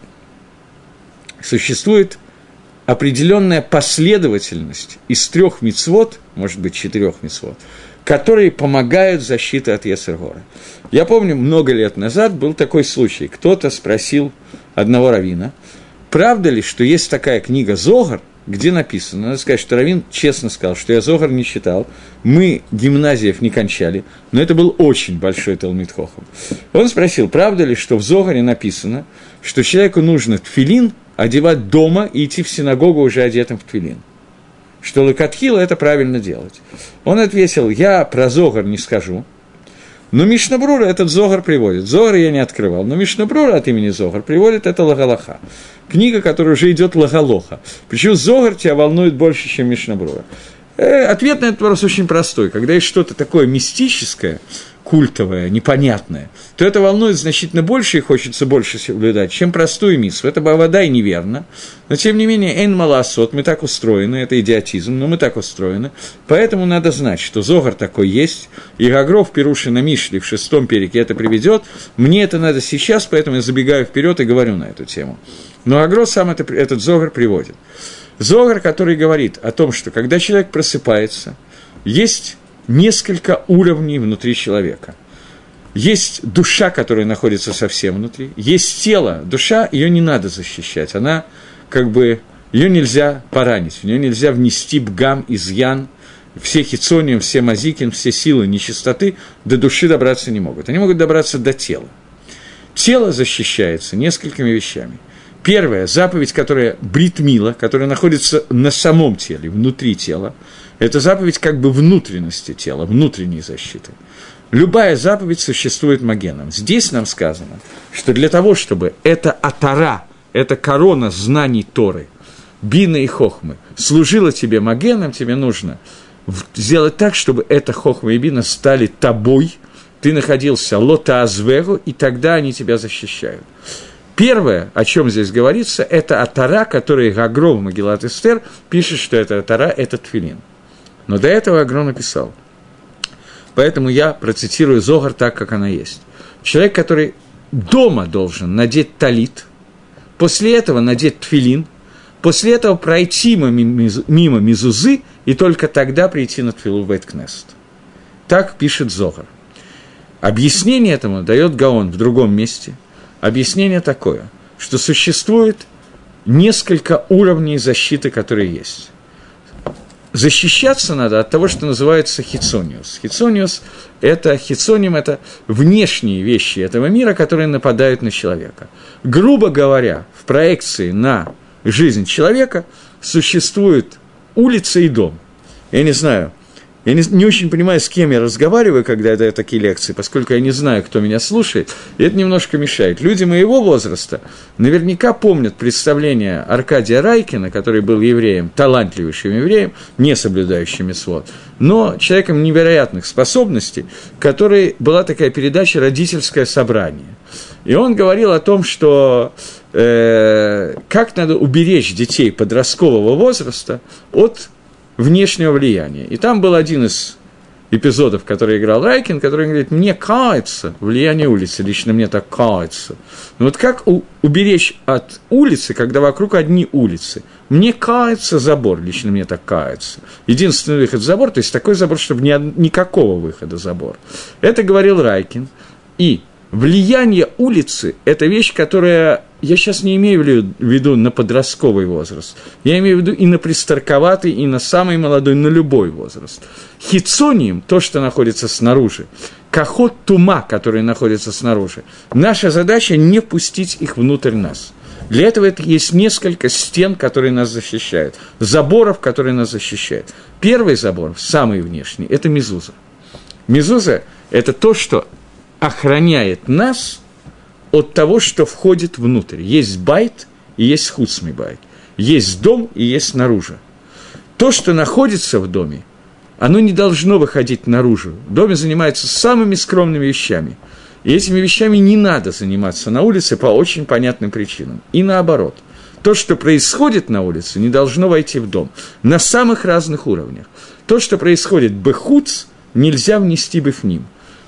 существует определенная последовательность из трех мицвот, может быть, четырех мицвот, которые помогают защите от Йецер Гора. Я помню, много лет назад был такой случай. Кто-то спросил одного раввина, правда ли, что есть такая книга Зогар, где написано, надо сказать, что Равин честно сказал, что я Зогар не читал, мы гимназиев не кончали, но это был очень большой Талмид Хохам. Он спросил, правда ли, что в Зогаре написано, что человеку нужно тфилин одевать дома и идти в синагогу уже одетым в тфилин, что лакатхила это правильно делать. Он ответил, я про Зогар не скажу, но Мишна Брура этот Зогар приводит. Зогар я не открывал, но Мишна Брура от имени Зогар приводит это Лагалаха. Книга, которая уже идет Лагалоха. Почему Зогар тебя волнует больше, чем Мишна Брура? Э, ответ на этот вопрос очень простой. Когда есть что-то такое мистическое, культовое, непонятное, то это волнует значительно больше и хочется больше соблюдать, чем простую миссу. Это бавадай неверно, но тем не менее, эйн маласот, мы так устроены, это идиотизм, но мы так устроены, поэтому надо знать, что Зогар такой есть, и Гагров Пируши на Мишле в шестом переке это приведет, мне это надо сейчас, поэтому я забегаю вперед и говорю на эту тему. Но Гагров сам это, этот Зогар приводит. Зогар, который говорит о том, что когда человек просыпается, есть несколько уровней внутри человека. Есть душа, которая находится совсем внутри, есть тело, душа, ее не надо защищать, она как бы, ее нельзя поранить, в нее нельзя внести бгам, изъян, все хитсониум, все мазикин, все силы нечистоты до души добраться не могут, они могут добраться до тела. Тело защищается несколькими вещами. Первая заповедь, которая брит-мила, которая находится на самом теле, внутри тела, это заповедь как бы внутренности тела, внутренней защиты. Любая заповедь существует магеном. Здесь нам сказано, что для того, чтобы эта атара, эта корона знаний Торы, бина и хохмы, служила тебе магеном, тебе нужно сделать так, чтобы эта хохма и бина стали тобой, ты находился лота азвегу, и тогда они тебя защищают. Первое, о чем здесь говорится, это атара, который Гагро в Магилат Эстер пишет, что это атара – это тфилин. Но до этого Гагро написал. Поэтому я процитирую Зогар так, как она есть. Человек, который дома должен надеть талит, после этого надеть тфилин, после этого пройти мимо мезузы и только тогда прийти на тфилу в Бейт-Кнесет. Так пишет Зогар. Объяснение этому дает Гаон в другом месте. Объяснение такое, что существует несколько уровней защиты, которые есть. Защищаться надо от того, что называется хитсониус. Хитсониус – это, хитсоним – это внешние вещи этого мира, которые нападают на человека. Грубо говоря, в проекции на жизнь человека существует улица и дом. Я не знаю, я не, не очень понимаю, с кем я разговариваю, когда я даю такие лекции, поскольку я не знаю, кто меня слушает, и это немножко мешает. Люди моего возраста наверняка помнят представление Аркадия Райкина, который был евреем, талантливейшим евреем, не соблюдающим мицвот, но человеком невероятных способностей, которой была такая передача «Родительское собрание». И он говорил о том, что э, как надо уберечь детей подросткового возраста от внешнего влияния. И там был один из эпизодов, который играл Райкин, который говорит, мне кается влияние улицы, лично мне так кается. Но вот как у, уберечь от улицы, когда вокруг одни улицы? Мне кается забор, лично мне так кается. Единственный выход – забор, то есть такой забор, чтобы ни, никакого выхода забор. Это говорил Райкин. И влияние улицы – это вещь, которая, я сейчас не имею в виду на подростковый возраст, я имею в виду и на пристарковатый, и на самый молодой, на любой возраст. Хитсонием, то, что находится снаружи, кахот тума, который находится снаружи, наша задача не пустить их внутрь нас. Для этого это есть несколько стен, которые нас защищают, заборов, которые нас защищают. Первый забор, самый внешний, это мезуза. Мезуза – это то, что охраняет нас от того, что входит внутрь. Есть байт и есть хуцми байт. Есть дом и есть снаружи. То, что находится в доме, оно не должно выходить наружу. В доме занимаются самыми скромными вещами. И этими вещами не надо заниматься на улице по очень понятным причинам. И наоборот. То, что происходит на улице, не должно войти в дом. На самых разных уровнях. То, что происходит бехуц, нельзя внести бифним.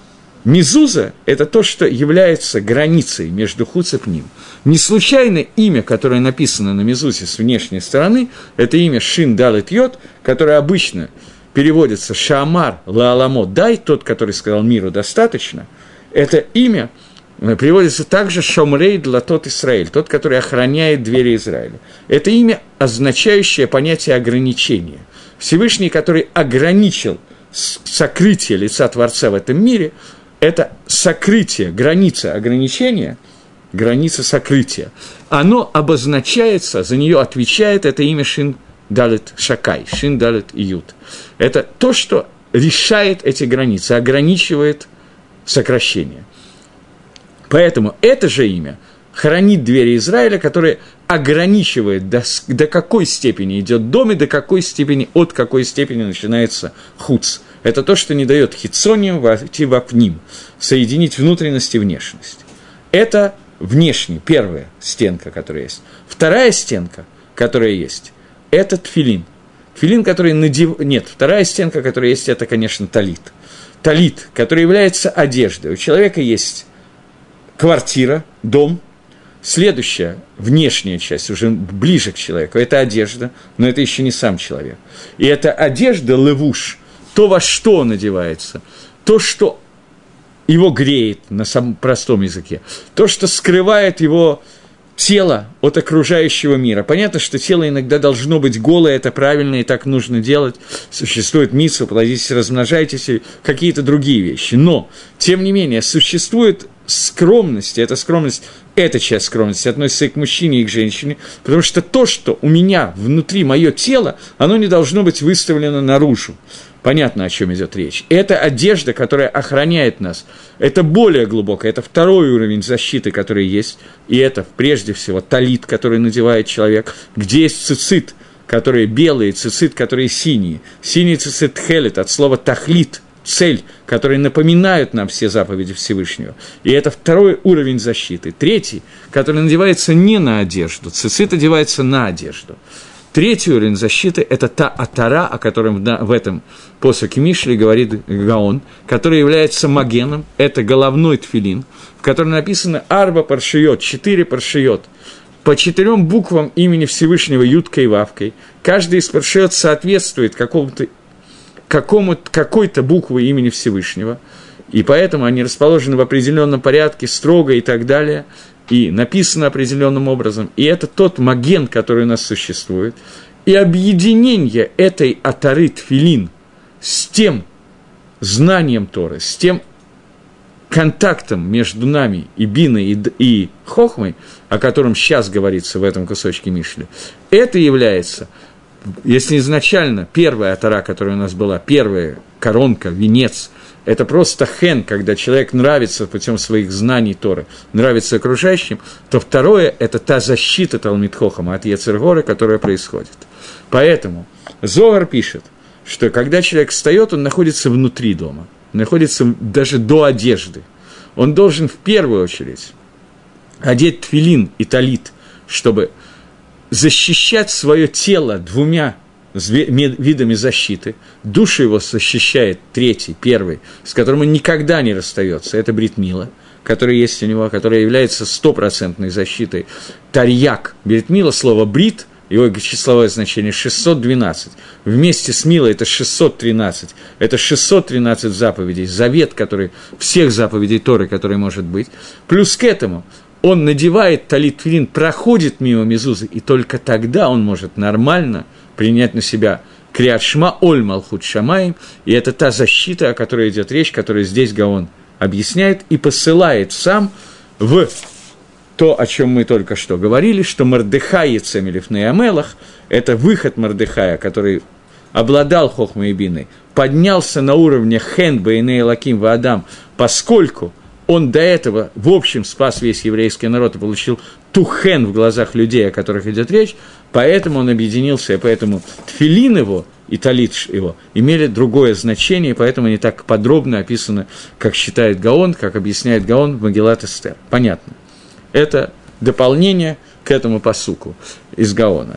Мезуза – это то, что является границей между хуц и пним. Не случайно имя, которое написано на мезузе с внешней стороны, это имя Шин Далет Йод, которое обычно переводится Шаамар Лааламо Дай, тот, который сказал миру достаточно, это имя Приводится также «Шомрей длатот Исраэль», тот, который охраняет двери Израиля. Это имя, означающее понятие ограничения. Всевышний, который ограничил сокрытие лица Творца в этом мире, это сокрытие, граница ограничения, граница сокрытия. Оно обозначается, за нее отвечает это имя Шин Далет Шакай, Шин Далет Иют. Это то, что решает эти границы, ограничивает сокращение. Поэтому это же имя хранит двери Израиля, которое ограничивает, до, до какой степени идет дом и до какой степени, от какой степени начинается хуц. Это то, что не дает хитсоним войти вапним, соединить внутренность и внешность. Это внешняя, первая стенка, которая есть. Вторая стенка, которая есть, это тфилин. Тфилин, который надев... Нет, вторая стенка, которая есть, это, конечно, талит. Талит, который является одеждой. У человека есть квартира, дом. Следующая, внешняя часть, уже ближе к человеку, это одежда, но это еще не сам человек. И эта одежда, левуш, то, во что он одевается, то, что его греет на самом простом языке, то, что скрывает его тело от окружающего мира. Понятно, что тело иногда должно быть голое, это правильно, и так нужно делать. Существует мицва, плодитесь, размножайтесь, и какие-то другие вещи. Но, тем не менее, существует скромность, эта скромность, эта часть скромности относится и к мужчине, и к женщине, потому что то, что у меня внутри, мое тело, оно не должно быть выставлено наружу. Понятно, о чем идет речь. Это одежда, которая охраняет нас. Это более глубокое, это второй уровень защиты, который есть. И это, прежде всего, талит, который надевает человек, где есть цицит, которые белые, цицит, которые синие. Синий цицит хелет от слова тахлит, цель, которые напоминают нам все заповеди Всевышнего. И это второй уровень защиты. Третий, который надевается не на одежду. Цицит одевается на одежду. Третий уровень защиты – это та атара, о котором в этом посоке Мишли говорит Гаон, который является магеном, это головной тфилин, в котором написано «Арба паршиот», четыре паршиот, по четырем буквам имени Всевышнего Юткой и Вавкой. Каждый из паршиот соответствует какому-то, какому-то, какой-то букве имени Всевышнего, и поэтому они расположены в определенном порядке, строго и так далее – и написано определенным образом, и это тот маген, который у нас существует, и объединение этой атары тфилин с тем знанием Торы, с тем контактом между нами и биной, и, и хохмой, о котором сейчас говорится в этом кусочке Мишли, это является, если изначально первая атара, которая у нас была, первая коронка, венец, это просто хен, когда человек нравится путем своих знаний Торы, нравится окружающим, то второе – это та защита Талмид Хохама от Йецер Гора, которая происходит. Поэтому Зоар пишет, что когда человек встает, он находится внутри дома, находится даже до одежды. Он должен в первую очередь одеть тфилин и талит, чтобы защищать свое тело двумя видами защиты. Душу его защищает третий, первый, с которым он никогда не расстается. Это брит мила, который есть у него, которая является стопроцентной защитой. Тарьяк. Брит мила, слово брит, его числовое значение шестьсот двенадцать. Вместе с милой это шестьсот тринадцать. Это шестьсот тринадцать заповедей. Завет, который, всех заповедей Торы, которые может быть. Плюс к этому он надевает талит тфилин, проходит мимо мезузы, и только тогда он может нормально принять на себя криат шма оль малхут шамаим, и это та защита, о которой идет речь, которую здесь Гаон объясняет и посылает сам в то, о чем мы только что говорили, что Мордехай Ецем лифней амелах, это выход Мордехая, который обладал хохмой и биной, поднялся на уровне хен бейней лаким ваадам, поскольку он до этого, в общем, спас весь еврейский народ и получил тухен в глазах людей, о которых идет речь, поэтому он объединился, и поэтому тфилин его и талит его имели другое значение, и поэтому они так подробно описаны, как считает Гаон, как объясняет Гаон в Мегилат Эстер. Понятно. Это дополнение к этому пасуку из Гаона.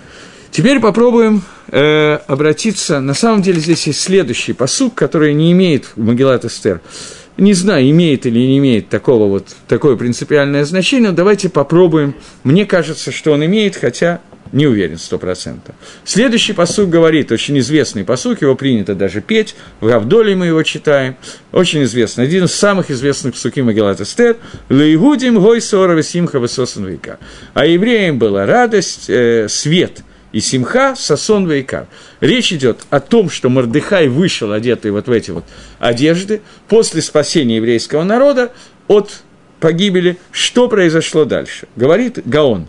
Теперь попробуем э, обратиться, на самом деле здесь есть следующий пасук, который не имеет в Мегилат Эстер, не знаю, имеет или не имеет такого вот, такое принципиальное значение, но давайте попробуем. Мне кажется, что он имеет, хотя Не уверен, сто процентов. Следующий пасук говорит, очень известный пасук, его принято даже петь, в Гавдоле мы его читаем, очень известный, один из самых известных пасуким Мегилат Эстер, «Лейгудим гой сорова симха высосан вейкар». А евреям была радость, э, свет и симха сосон вейкар. Речь идет о том, что Мордехай вышел, одетый вот в эти вот одежды, после спасения еврейского народа от погибели. Что произошло дальше? Говорит Гаон.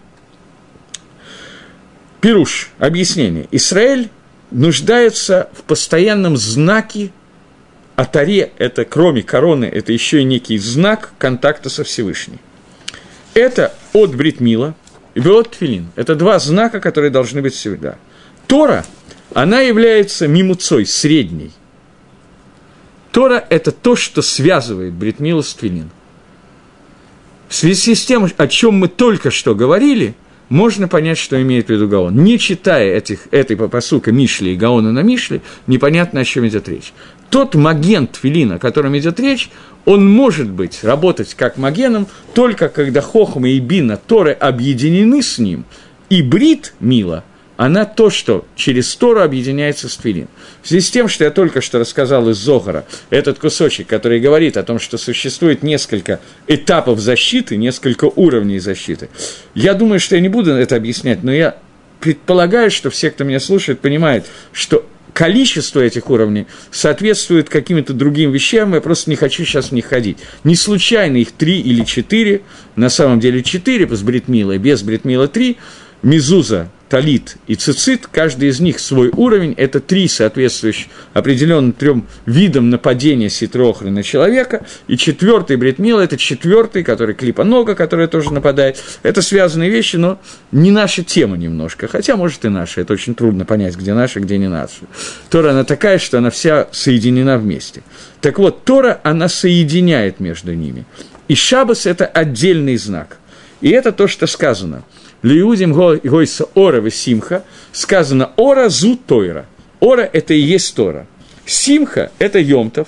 Пируш, объяснение. Израиль нуждается в постоянном знаке, а Торе, это кроме короны, это еще и некий знак контакта со Всевышним. Это от Брит Мила и от Тфилин. Это два знака, которые должны быть всегда. Тора, она является мимуцой, средней. Тора – это то, что связывает Брит Милу с Тфилин. В связи с тем, о чем мы только что говорили, можно понять, что имеет в виду Гаон. Не читая этих, этой пасука Мишли и Гаона на Мишли, непонятно, о чем идет речь. Тот маген Тфилин, о котором идет речь, он может быть, работать как магеном, только когда Хохма и Бина Торы объединены с ним, и Брит Мила, она то, что через Тору объединяется с Тфилин. В связи с тем, что я только что рассказал из Зохара, этот кусочек, который говорит о том, что существует несколько этапов защиты, несколько уровней защиты, я думаю, что я не буду это объяснять, но я предполагаю, что все, кто меня слушает, понимают, что количество этих уровней соответствует каким-то другим вещам, я просто не хочу сейчас в них ходить. Не случайно их три или четыре, на самом деле четыре, с Брит-Милой, без Брит-Мила три, Мезуза, Талит и Цицит, каждый из них свой уровень, это три соответствующих определенным трем видам нападения Ситро-Охры на человека, и четвертый Брит Мила, это четвертый, который клипа-нога, которая тоже нападает. Это связанные вещи, но не наша тема немножко, хотя, может, и наша, это очень трудно понять, где наша, где не наша. Тора, она такая, что она вся соединена вместе. Так вот, Тора, она соединяет между ними. И Шаббос – это отдельный знак. И это то, что сказано – Лиудим гойса ора в симха, сказано ора зу тойра. Ора – это и есть Тора. Симха – это Йомтов,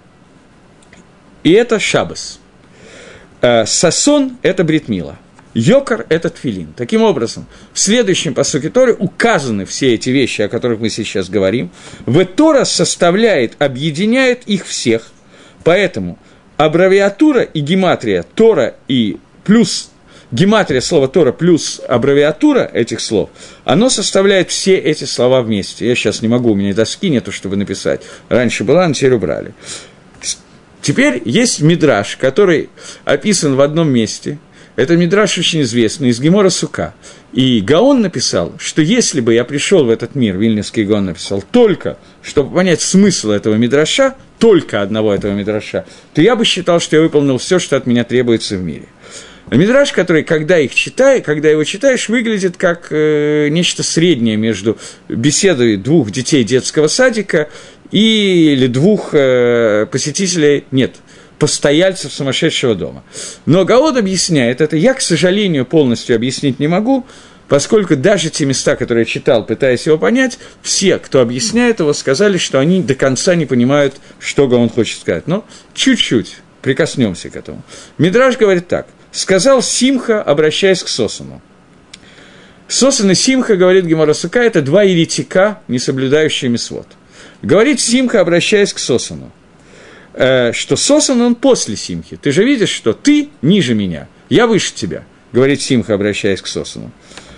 и это Шаббос. Сасон – это Брит Мила. Йокар – это Тфилин. Таким образом, в следующем пасуке Торы указаны все эти вещи, о которых мы сейчас говорим. В Тора составляет, объединяет их всех. Поэтому аббревиатура и гематрия Тора и плюс гематрия слова Тора плюс аббревиатура этих слов, оно составляет все эти слова вместе. Я сейчас не могу, у меня доски нету, чтобы написать. Раньше была, но теперь убрали. Теперь есть мидраш, который описан в одном месте. Это мидраш очень известный, из Гемора Сука. И Гаон написал, что если бы я пришел в этот мир, Вильнюсский Гаон написал, только чтобы понять смысл этого мидраша, только одного этого мидраша, то я бы считал, что я выполнил все, что от меня требуется в мире. Мидраш, который, когда их читаешь, когда его читаешь, выглядит как э, нечто среднее между беседой двух детей детского садика и, или двух э, посетителей, нет, постояльцев сумасшедшего дома. Но Гаон объясняет это, я, к сожалению, полностью объяснить не могу, поскольку даже те места, которые я читал, пытаясь его понять, все, кто объясняет его, сказали, что они до конца не понимают, что Гаон хочет сказать. Но чуть-чуть прикоснемся к этому. Мидраш говорит так. Сказал Симха, обращаясь к Сосану. Сосан и Симха, говорит Гемора Сука, это два еретика, не соблюдающие мисвот. Говорит Симха, обращаясь к Сосану, э, что Сосан, он после Симхи. Ты же видишь, что ты ниже меня, я выше тебя, говорит Симха, обращаясь к Сосану.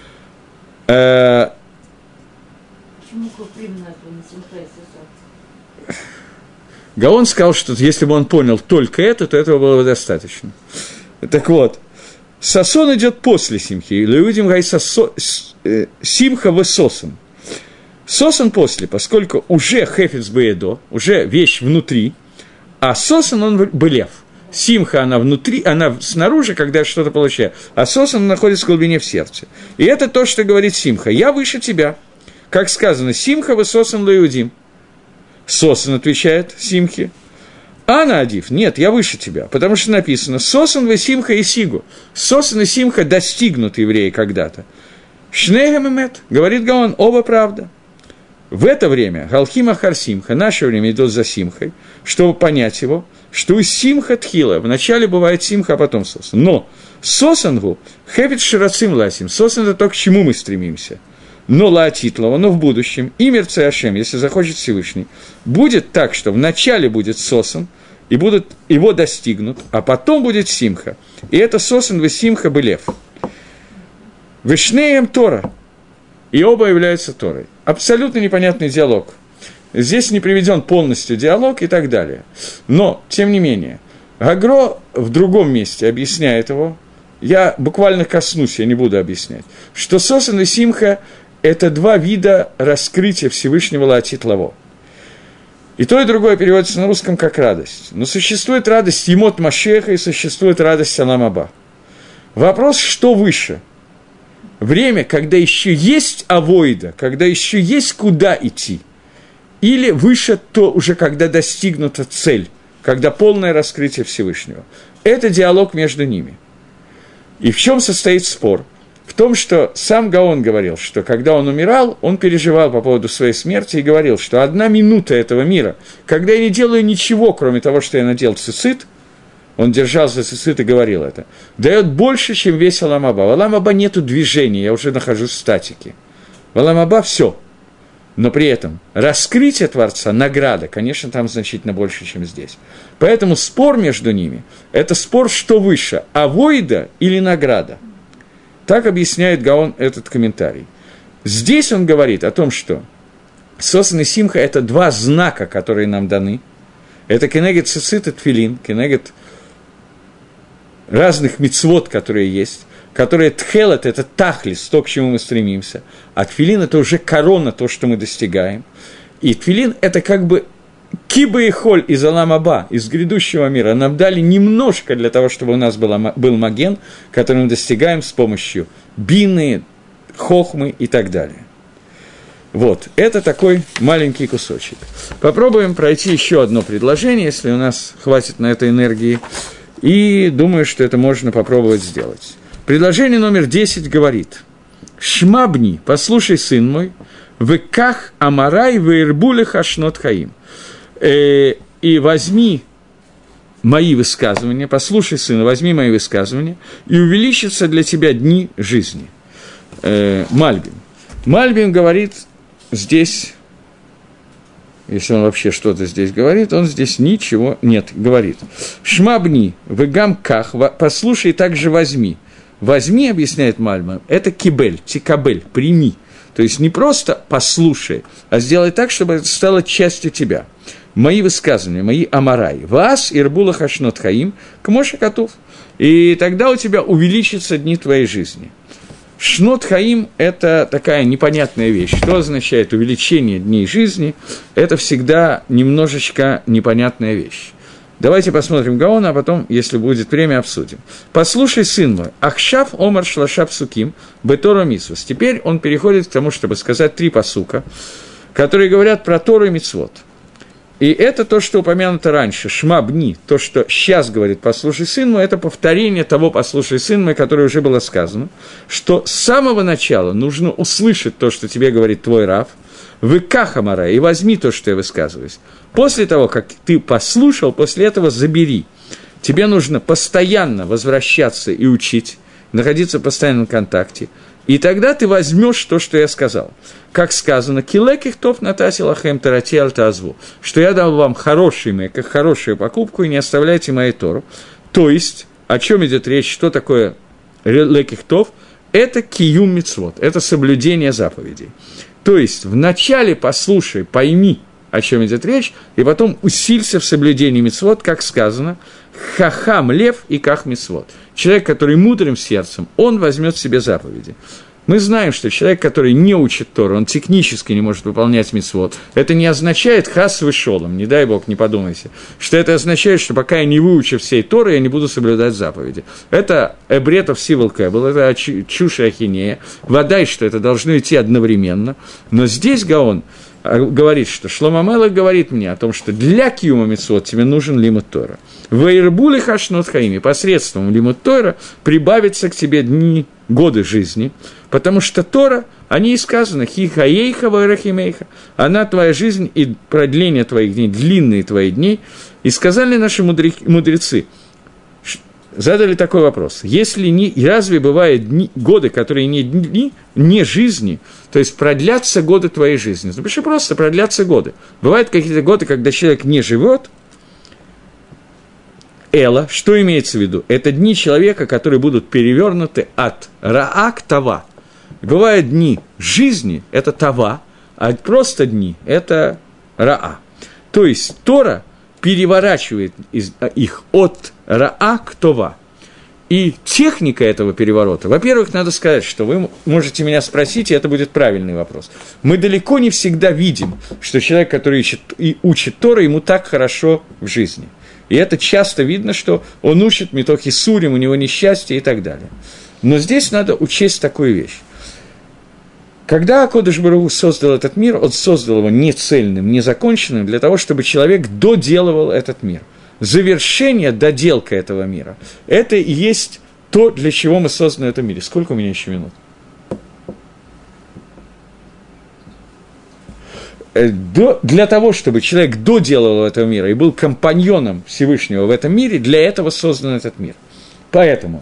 Э, Почему именно он Симха и Сосан? Гаон сказал, что если бы он понял только это, то этого было бы достаточно. Так вот, Сосон идет после Симхи. Леудим гай Симха в Сосан. Сосан после, поскольку уже хефец беедо, уже вещь внутри, а Сосан он былев. Симха она внутри, она снаружи, когда что-то получает, а Сосан находится в глубине в сердце. И это то, что говорит Симха. Я выше тебя. Как сказано, Симха в Сосан леудим. Сосан отвечает Симхе. Ана Адив, нет, я выше тебя, потому что написано «Сосан ве Симха и Сигу». Сосан и Симха достигнут евреи когда-то. Шнейгам эмет, говорит Гаон, оба правда. В это время Галхима Хар Симха, наше время идет за Симхой, чтобы понять его, что из Симха Тхила, вначале бывает Симха, а потом Сосан. Но Сосангу хэпит ширацим ласим, Сосан – это то, к чему мы стремимся – но лаатитлова, но в будущем, и мерце Ашем, если захочет Всевышний, будет так, что вначале будет сосан, и будут, его достигнут, а потом будет симха. И это сосан ве симха белев. Вишнеем Тора. И оба являются Торой. Абсолютно непонятный диалог. Здесь не приведен полностью диалог и так далее. Но, тем не менее, Гагро в другом месте объясняет его, я буквально коснусь, я не буду объяснять, что сосан и симха – это два вида раскрытия Всевышнего лаатит лаво. И то, и другое переводится на русском как радость. Но существует радость Емот Машеха и существует радость Олам Аба. Вопрос, что выше? Время, когда еще есть авоида, когда еще есть куда идти, или выше то уже, когда достигнута цель, когда полное раскрытие Всевышнего. Это диалог между ними. И в чем состоит спор? В том, что сам Гаон говорил, что когда он умирал, он переживал по поводу своей смерти и говорил, что одна минута этого мира, когда я не делаю ничего, кроме того, что я надел цицит, он держался цицит и говорил это, дает больше, чем весь Олам Аба. В Олам Аба нету движения, я уже нахожусь в статике. В Олам Аба все. Но при этом раскрытие Творца, награда, конечно, там значительно больше, чем здесь. Поэтому спор между ними – это спор, что выше, авоида или награда. Так объясняет Гаон этот комментарий. Здесь он говорит о том, что сосан и симха – это два знака, которые нам даны. Это кенегет цицит и тфилин, кенегет разных мицвот, которые есть, которые тхелет – это тахлис, то, к чему мы стремимся, а тфилин – это уже корона, то, что мы достигаем. И тфилин – это как бы киба и холь из Олам Аба, из грядущего мира. Нам дали немножко для того, чтобы у нас был, был маген, который мы достигаем с помощью бины, хохмы и так далее. Вот, это такой маленький кусочек. Попробуем пройти еще одно предложение, если у нас хватит на это энергии, и думаю, что это можно попробовать сделать. Предложение номер десять говорит: «Шмабни, послушай, сын мой, веках амарай веирбулех ашнот хаим». И возьми мои высказывания, послушай, сын, возьми мои высказывания, и увеличатся для тебя дни жизни. Мальбим. Мальбим говорит здесь, если он вообще что-то здесь говорит, он здесь ничего нет, говорит. Шмабни, вегам ках, послушай, также возьми. Возьми, объясняет Мальбим, это кибель, тикабель, прими. То есть не просто послушай, а сделай так, чтобы это стало частью тебя. Мои высказывания, мои амарай. Вас ирбула хашнот хаим, к Моше Катув. И тогда у тебя увеличатся дни твоей жизни. Шнот хаим – это такая непонятная вещь. Что означает увеличение дней жизни? Это всегда немножечко непонятная вещь. Давайте посмотрим Гаона, а потом, если будет время, обсудим. «Послушай, сын мой, ахшав омар шлашав суким, бетора митсвос». Теперь он переходит к тому, чтобы сказать три пасука, которые говорят про Тору и митцвот. И это то, что упомянуто раньше, шмабни, то, что сейчас говорит «послушай, сын мой», это повторение того «послушай, сын мой», которое уже было сказано, что с самого начала нужно услышать то, что тебе говорит твой рав, «выках амара», и возьми то, что я высказываюсь. После того, как ты послушал, после этого забери. Тебе нужно постоянно возвращаться и учить, находиться в постоянном контакте, и тогда ты возьмешь то, что я сказал. Как сказано, «Килеких топ натаси лахем тарати альтазву», что я дал вам хороший мек, хорошую покупку, и не оставляйте мою Тору. То есть, о чем идет речь, что такое леких топ? Это киюм мицвот, это соблюдение заповедей. То есть, вначале послушай, пойми, о чем идет речь, и потом усилься в соблюдении мицвот, как сказано, хахам лев и ках мицвот. Человек, который мудрым сердцем, он возьмет себе заповеди. Мы знаем, что человек, который не учит Тору, он технически не может выполнять мицвот. Это не означает хас вышолом, не дай Бог, не подумайте, что это означает, что пока я не выучу всей Торы, я не буду соблюдать заповеди. Это эбретов сивол кэбл, это чушь и ахинея. Водай, что это должно идти одновременно. Но здесь Гаон говорит, что Шломо Мелех говорит мне о том, что для киюма мицвот тебе нужен лимут Тора. Вейрбули хашнот хаими, посредством лимут Тора прибавится к тебе дни, годы жизни, потому что Тора, о ней сказано, хи хаейха вайрахимейха, она твоя жизнь и продление твоих дней, длинные твои дни. И сказали наши мудрецы, задали такой вопрос. Если не, разве бывают дни, годы, которые не дни, не жизни, то есть продлятся годы твоей жизни? Напиши просто продлятся годы. Бывают какие-то годы, когда человек не живет. Эла, что имеется в виду? Это дни человека, которые будут перевернуты от раа к тава. Бывают дни жизни, это тава, а просто дни, это раа. То есть Тора переворачивает их от раа к това. И техника этого переворота, во-первых, надо сказать, что вы можете меня спросить, и это будет правильный вопрос. Мы далеко не всегда видим, что человек, который учит, и учит Тору, ему так хорошо в жизни. И это часто видно, что он учит Митохи Сурим, у него несчастье и так далее. Но здесь надо учесть такую вещь. Когда Акодыш Барух Ху создал этот мир, он создал его не цельным, не законченным, для того, чтобы человек доделывал этот мир. Завершение, доделка этого мира – это и есть то, для чего мы созданы в этом мире. Сколько у меня еще минут? До, для того, чтобы человек доделал этого мира и был компаньоном Всевышнего в этом мире, для этого создан этот мир. Поэтому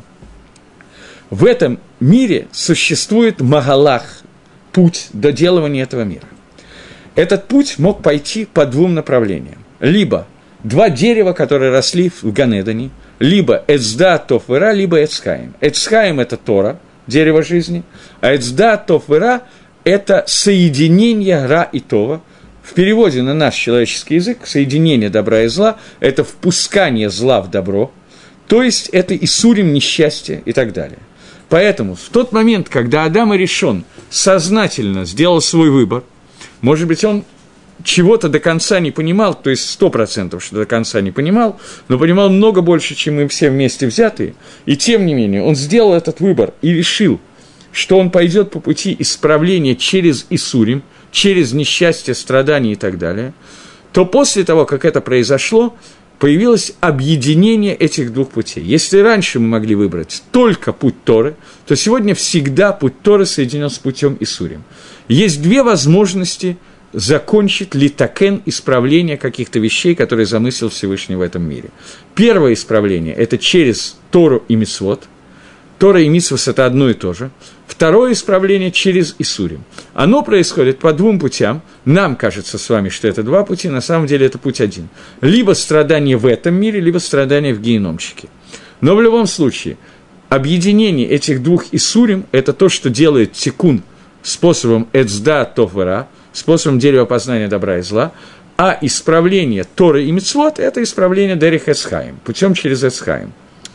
в этом мире существует магалах, путь доделывания этого мира. Этот путь мог пойти по двум направлениям. Либо два дерева, которые росли в Ганедане, либо Эцда Тов Вера, либо Эцхаим. Эцхаим – это Тора, дерево жизни, а Эцда Тов Вера – это соединение Ра и Това. В переводе на наш человеческий язык соединение добра и зла – это впускание зла в добро, то есть это Исурим, несчастье и так далее. Поэтому в тот момент, когда Адам Аришон сознательно сделал свой выбор, может быть, он чего-то до конца не понимал, то есть сто процентов, что до конца не понимал, но понимал много больше, чем мы все вместе взятые, и тем не менее он сделал этот выбор и решил, что он пойдет по пути исправления через Исурим, через несчастье, страдания и так далее, то после того, как это произошло, появилось объединение этих двух путей. Если раньше мы могли выбрать только путь Торы, то сегодня всегда путь Торы соединен с путем Исурим. Есть две возможности закончить литакен, исправление каких-то вещей, которые замыслил Всевышний в этом мире. Первое исправление – это через Тору и Мицвот. Тора и Мицвот – это одно и то же. Второе исправление через Исурим. Оно происходит по двум путям. Нам кажется с вами, что это два пути, на самом деле это путь один. Либо страдание в этом мире, либо страдание в гееномщике. Но в любом случае, объединение этих двух Исурим – это то, что делает тикун способом Эцда Тов Вера, способом дерева познания добра и зла, а исправление Торы и Мицвот – это исправление Дерих Эцхаим, путем через Эцхаим.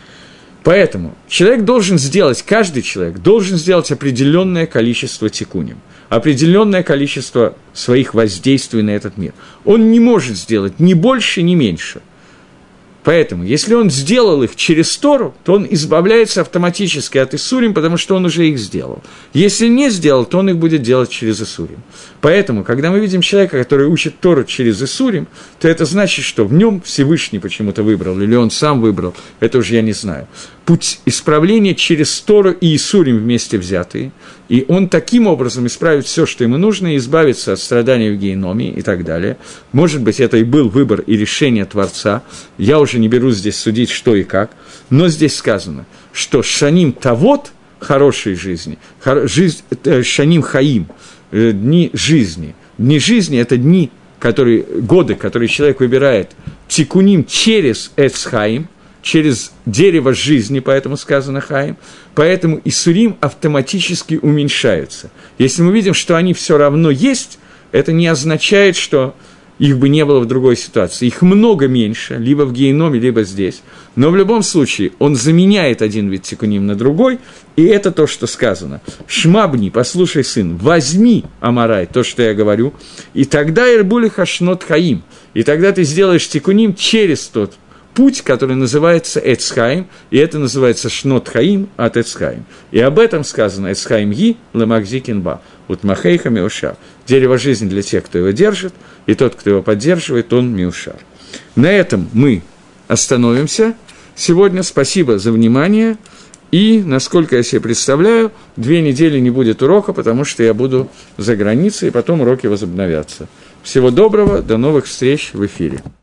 Поэтому человек должен сделать, каждый человек должен сделать определенное количество тикуним, определенное количество своих воздействий на этот мир. Он не может сделать ни больше, ни меньше. Поэтому, если он сделал их через Тору, то он избавляется автоматически от Исурим, потому что он уже их сделал. Если не сделал, то он их будет делать через Исурим. Поэтому, когда мы видим человека, который учит Тору через Исурим, то это значит, что в нем Всевышний почему-то выбрал, или он сам выбрал, это уже я не знаю. Путь исправления через Тору и Исурим вместе взятые, и он таким образом исправит все, что ему нужно, и избавится от страданий в гееноме и так далее. Может быть, это и был выбор и решение Творца. Я уже не берусь здесь судить, что и как. Но здесь сказано, что Шаним Тавот, хорошей жизни, жизнь, Шаним Хаим, дни жизни. Дни жизни – это дни, которые, годы, которые человек выбирает тикуним через Эцхаим, через дерево жизни, поэтому сказано Хаим, поэтому Исурим автоматически уменьшаются. Если мы видим, что они все равно есть, это не означает, что их бы не было в другой ситуации. Их много меньше, либо в гееноме, либо здесь. Но в любом случае он заменяет один вид тикуним на другой, и это то, что сказано. Шмабни, послушай, сын, возьми, Амарай, то, что я говорю, и тогда Ирбули Хашнот Хаим, и тогда ты сделаешь тикуним через тот путь, который называется Эцхаим, и это называется Шнот Хаим от Эцхаим. И об этом сказано Эцхаим Ги Ламахзикинба, вот Махейха Миушар. Дерево жизни для тех, кто его держит, и тот, кто его поддерживает, он Миушар. На этом мы остановимся. Сегодня спасибо за внимание. И, насколько я себе представляю, две недели не будет урока, потому что я буду за границей, и потом уроки возобновятся. Всего доброго, до новых встреч в эфире.